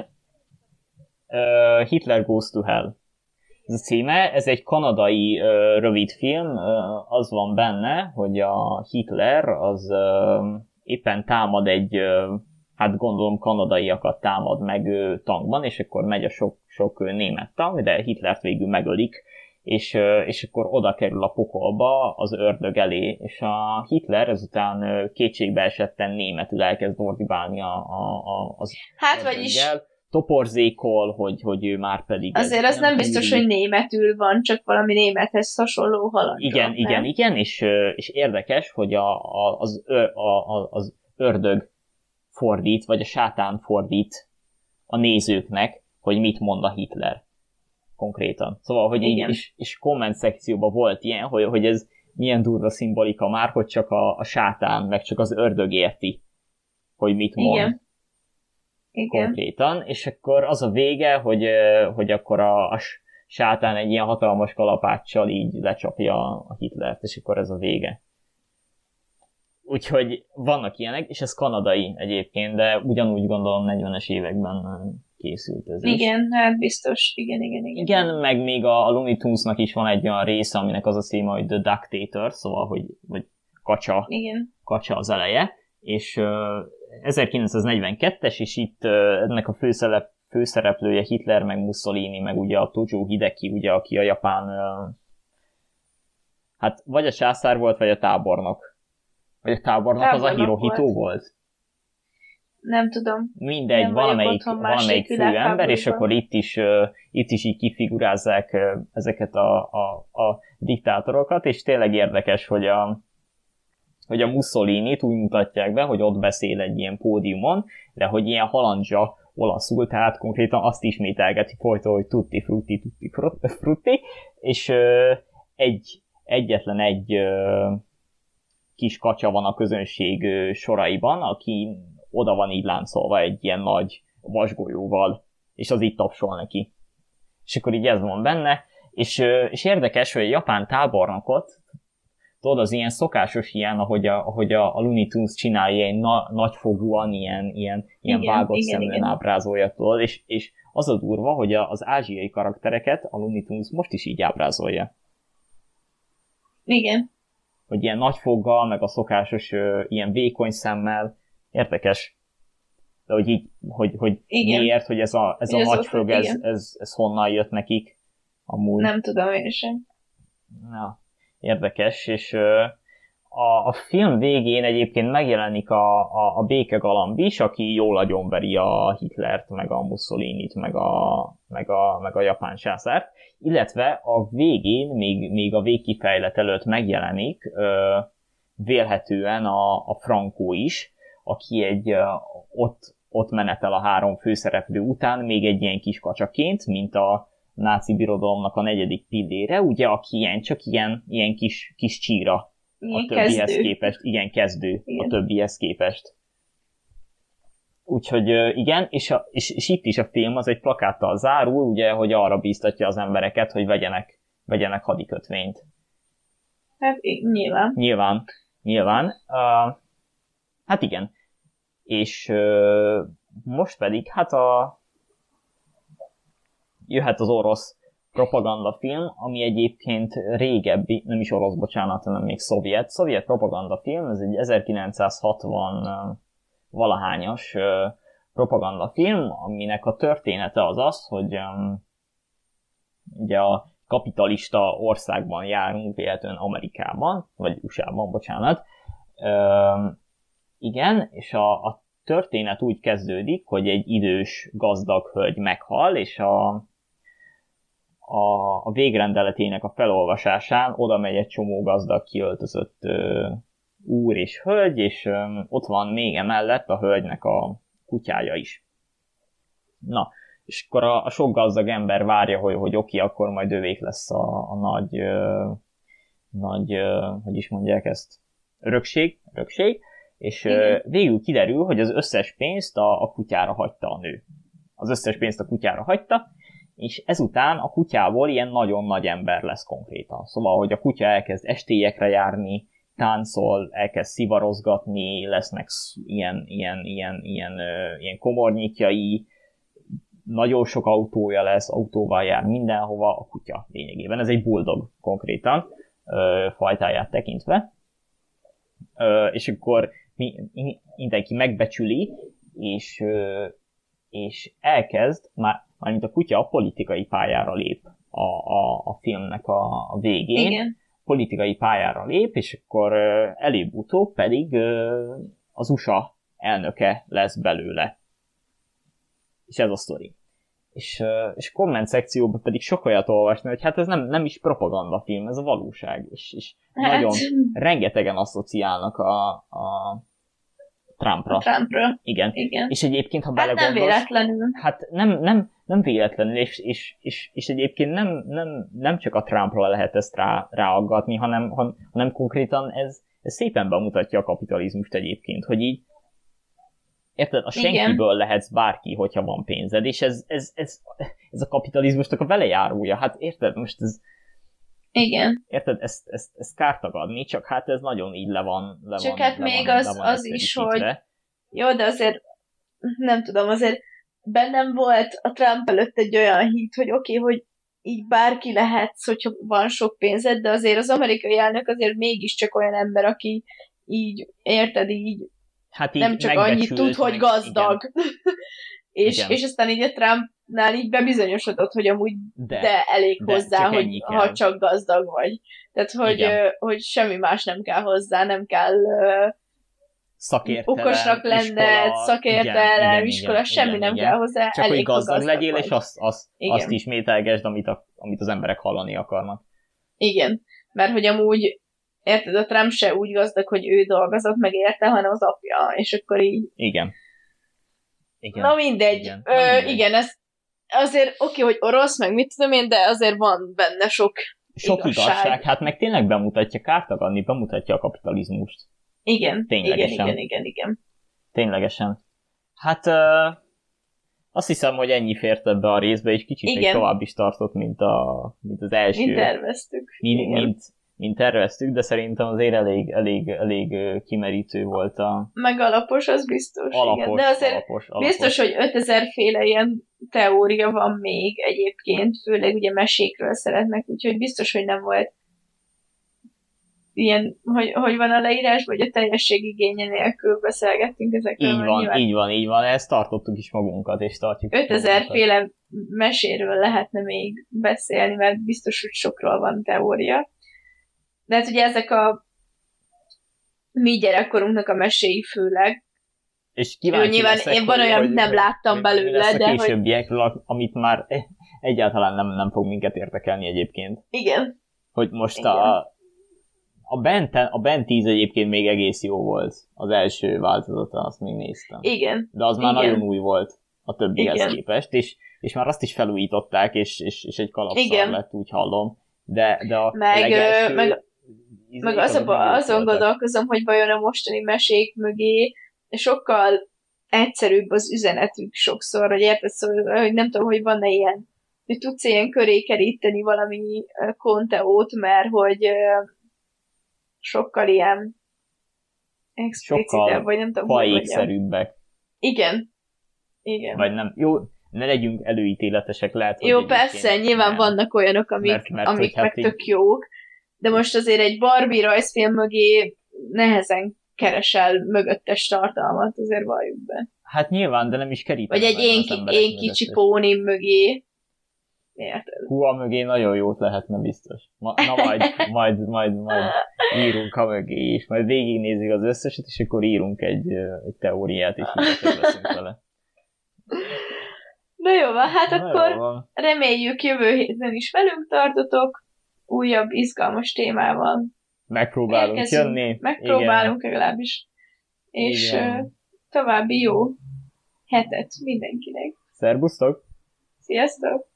Uh, Hitler Goes to Hell. Ez a címe, ez egy kanadai uh, rövidfilm, uh, az van benne, hogy a Hitler az uh, éppen támad egy, uh, hát gondolom kanadaiakat támad meg uh, tankban, és akkor megy a sok, sok uh, német tank, de Hitlert végül megölik, és, uh, és akkor oda kerül a pokolba az ördög elé, és a Hitler ezután uh, kétségbe esetten németül elkezd ordibálni a, a, a, az hát ördöggel. Vagyis... toporzékol, hogy, hogy ő már pedig... Azért az nem, nem biztos, hogy németül van, csak valami némethez hasonló halandja. Igen, nem? igen, igen, és, és érdekes, hogy a, a, az, a, az ördög fordít, vagy a sátán fordít a nézőknek, hogy mit mond a Hitler konkrétan. Szóval, hogy így, és, és komment szekcióban volt ilyen, hogy, hogy ez milyen durva szimbolika már, hogy csak a, a sátán, meg csak az ördög érti, hogy mit mond. Igen. Igen. Konkrétan, és akkor az a vége, hogy, hogy akkor a, a sátán egy ilyen hatalmas kalapáccsal így lecsapja a Hitlert, és akkor ez a vége. Úgyhogy vannak ilyenek, és ez kanadai egyébként, de ugyanúgy gondolom negyvenes években készült ez is. Igen, hát biztos, igen, igen, igen. Igen, meg még a, a Looney Tunesnak is van egy olyan része, aminek az a címe, hogy The Dictator, szóval, hogy, hogy kacsa, igen. kacsa az eleje, és ezerkilencszáznegyvenkettes, és itt uh, ennek a főszerep, főszereplője Hitler, meg Mussolini, meg ugye a Tojo Hideki, ugye, aki a japán, uh, hát vagy a császár volt, vagy a tábornok. Vagy a tábornok, tábornok az a Hirohito volt. volt? Nem tudom. Mindegy, nem valamelyik, valamelyik főember, és akkor itt is, uh, itt is így kifigurázzák uh, ezeket a, a, a diktátorokat, és tényleg érdekes, hogy a hogy a Mussolinit úgy mutatják be, hogy ott beszél egy ilyen pódiumon, de hogy ilyen halandzsa olaszul, tehát konkrétan azt ismételgeti folyton, hogy tutti frutti, tutti frutti, és ö, egy, egyetlen egy ö, kis kacsa van a közönség ö, soraiban, aki oda van így láncolva egy ilyen nagy vasgolyóval, és az így tapsol neki. És akkor így ez van benne, és, ö, és érdekes, hogy a japán tábornokot, tudod, az ilyen szokásos ilyen, ahogy a, ahogy a, a Looney Tunes csinálja, ilyen na, nagyfogúan, ilyen, ilyen, ilyen igen, vágott igen, szeműen igen. ábrázolja, tudod, és, és az a durva, hogy a, az ázsiai karaktereket a Looney Tunes most is így ábrázolja. Igen. Hogy ilyen nagyfoggal, meg a szokásos ö, ilyen vékony szemmel, érdekes. De hogy így, hogy, hogy miért, hogy ez a, ez a nagyfog, ez, ez, ez, ez honnan jött nekik amúgy. Nem tudom én sem. Na. Érdekes, és ö, a, a film végén egyébként megjelenik a, a, a békegalamb is, aki jól agyonveri a Hitlert, meg a Mussolinit, meg a, meg a, meg a japán császárt, illetve a végén, még, még a végkifejlet előtt megjelenik ö, vélhetően a, a Franco is, aki egy uh, ott, ott menetel a három főszereplő után, még egy ilyen kis kacsaként, mint a náci birodalomnak a negyedik pillére, ugye, aki ilyen, csak ilyen, ilyen kis, kis csíra ilyen a többihez kezdő. képest. Igen, kezdő Igen. a többihez képest. Úgyhogy igen, és, a, és, és itt is a film az egy plakáttal zárul, ugye, hogy arra bíztatja az embereket, hogy vegyenek, vegyenek hadikötvényt. Hát nyilván. Nyilván, nyilván. Uh, hát igen. És uh, most pedig, hát a jöhet az orosz propagandafilm, ami egyébként régebbi, nem is orosz, bocsánat, hanem még szovjet. Szovjet propagandafilm, ez egy ezerkilencszázhatvan uh, valahányas uh, propagandafilm, aminek a története az az, hogy um, ugye a kapitalista országban járunk, véletlenül Amerikában, vagy u es á-ban, bocsánat. Um, igen, és a, a történet úgy kezdődik, hogy egy idős, gazdag hölgy meghal, és a, a, a végrendeletének a felolvasásán oda megy egy csomó gazdag kiöltözött uh, úr és hölgy, és um, ott van még emellett a hölgynek a kutyája is. Na, és akkor a, a sok gazdag ember várja, hogy, hogy oké, akkor majd övék lesz a, a nagy, uh, nagy uh, hogy is mondják ezt, örökség, örökség, és uh, végül kiderül, hogy az összes pénzt a, a kutyára hagyta a nő. Az összes pénzt a kutyára hagyta, és ezután a kutyából ilyen nagyon nagy ember lesz konkrétan. Szóval, hogy a kutya elkezd estélyekre járni, táncol, elkezd szivarozgatni, lesznek ilyen, ilyen, ilyen, ilyen, uh, ilyen komornyikjai, nagyon sok autója lesz, autóval jár mindenhova, a kutya lényegében. Ez egy bulldog konkrétan, uh, fajtáját tekintve. Uh, és akkor mi, mindenki megbecsüli, és, uh, és elkezd, már, mármint a kutya a politikai pályára lép a, a, a filmnek a, a végén. Igen. Politikai pályára lép, és akkor uh, előbb-utóbb pedig uh, az u es á elnöke lesz belőle. És ez a sztori. És, uh, és komment szekcióban pedig sok olyat olvasni, hogy hát ez nem, nem is propagandafilm, ez a valóság. És, és hát. Nagyon rengetegen asszociálnak a, a Trumpra. A Trumpra. Igen. Igen. És egyébként, ha hát belegondolsz... nem véletlenül. Hát nem, nem, nem véletlenül, és, és, és, és egyébként nem, nem, nem csak a Trumpra lehet ezt rá, ráaggatni, hanem, hanem konkrétan ez, ez szépen bemutatja a kapitalizmust egyébként, hogy így érted, a senkiből igen. lehetsz bárki, hogyha van pénzed, és ez, ez, ez, ez a kapitalizmusnak a velejárója. Hát érted, most ez... Igen. Érted, ezt, ezt, ezt kár tagadni, csak hát ez nagyon így le van le Csak van, hát le még van, az, le van az is, hogy jó, de azért nem tudom, azért bennem volt a Trump előtt egy olyan hit, hogy oké, okay, hogy így bárki lehetsz, hogyha van sok pénzed, de azért az amerikai elnök azért mégiscsak olyan ember, aki így, érted, így hát így nem csak annyit tud, meg, hogy gazdag. és, és aztán így a Trumpnál így bebizonyosodott, hogy amúgy de, de elég de hozzá, hogy kell. Ha csak gazdag vagy. Tehát, hogy, uh, hogy semmi más nem kell hozzá, nem kell uh, szakértelem, okosnak lenned, szakértelem, igen, iskola, igen, semmi igen, nem igen. kell hozzá. Csak elég, hogy gazdag, gazdag legyél, vagy. És azt, azt, azt ismételgesd, amit, a, amit az emberek hallani akarnak. Igen, mert hogy amúgy érted, a Trump se úgy gazdag, hogy ő dolgozott meg érte, hanem az apja, és akkor így... Igen. Igen. Na mindegy. Igen, Ö, Na mindegy. igen ez azért oké, okay, hogy orosz, meg mit tudom én, de azért van benne sok Sok igazság. igazság. Hát meg tényleg bemutatja, kár tagadni, bemutatja a kapitalizmust. Igen, Ténylegesen. igen, igen, igen, igen. Ténylegesen. Hát uh, azt hiszem, hogy ennyi fért ebbe a részbe, és kicsit igen. még tovább is tartott, mint, a, mint az első. Mint terveztük. Mint, mint, mint terveztük, de szerintem azért elég, elég, elég kimerítő volt a... Meg alapos, az biztos. Alapos, igen. De azért alapos, alapos. biztos, hogy ötezer féle ilyen teória van még egyébként, főleg ugye mesékről szeretnek, úgyhogy biztos, hogy nem volt ilyen, hogy, hogy van a leírás, vagy a teljesség igénye nélkül beszélgettünk ezekről. Így van, nyilván... így van, így van, ezt tartottuk is magunkat, és tartjuk ötezer féle meséről lehetne még beszélni, mert biztos, hogy sokról van teória. De hát ugye ezek a mi gyerekkorunknak a meséi főleg. És kíváncsi nyilván leszek, én van olyan, hogy, nem hogy, láttam hogy, belőle, hogy de a későbbiekről, hogy... amit már egyáltalán nem, nem fog minket érdekelni egyébként. Igen. Hogy most Igen. a A Benten, a Ben tíz egyébként még egész jó volt. Az első változata, azt még néztem. Igen. De az már Igen. nagyon új volt a többihez Igen. képest, és, és már azt is felújították, és, és, és egy kalapszal lett, úgy hallom. De, de a meg, legelső... Meg, meg az a, azon gondolkozom, hogy vajon a mostani mesék mögé sokkal egyszerűbb az üzenetük sokszor, hogy érted, szóval, hogy nem tudom, hogy van-e ilyen, hogy tudsz ilyen köré keríteni valami konteót, mert hogy sokkal ilyen explicitebb, vagy nem tudom, hogy faékszerűbbek. Igen. Igen. Vagy nem. Jó, ne legyünk előítéletesek, lehet, hogy jó, persze, nyilván nem. Vannak olyanok, amik, mert, mert amik meg tök jók, de most azért egy Barbie rajzfilm mögé nehezen keresel mögöttes tartalmat, azért valljuk be. Hát nyilván, de nem is kerítem. Vagy egy én, én kicsi pónim mögé. Érted? Hú, a mögé nagyon jót lehetne biztos. Ma, na majd, majd, majd, majd írunk a mögé is. Majd végignézzük az összeset, és akkor írunk egy, egy teóriát, és így leszünk vele. Na jó van, hát na akkor van. Reméljük jövő héten is velünk tartotok. Újabb, izgalmas témával. Megpróbálunk érkezünk. jönni. Megpróbálunk igen. legalábbis. És igen. további jó hetet mindenkinek. Szerbusztok! Sziasztok!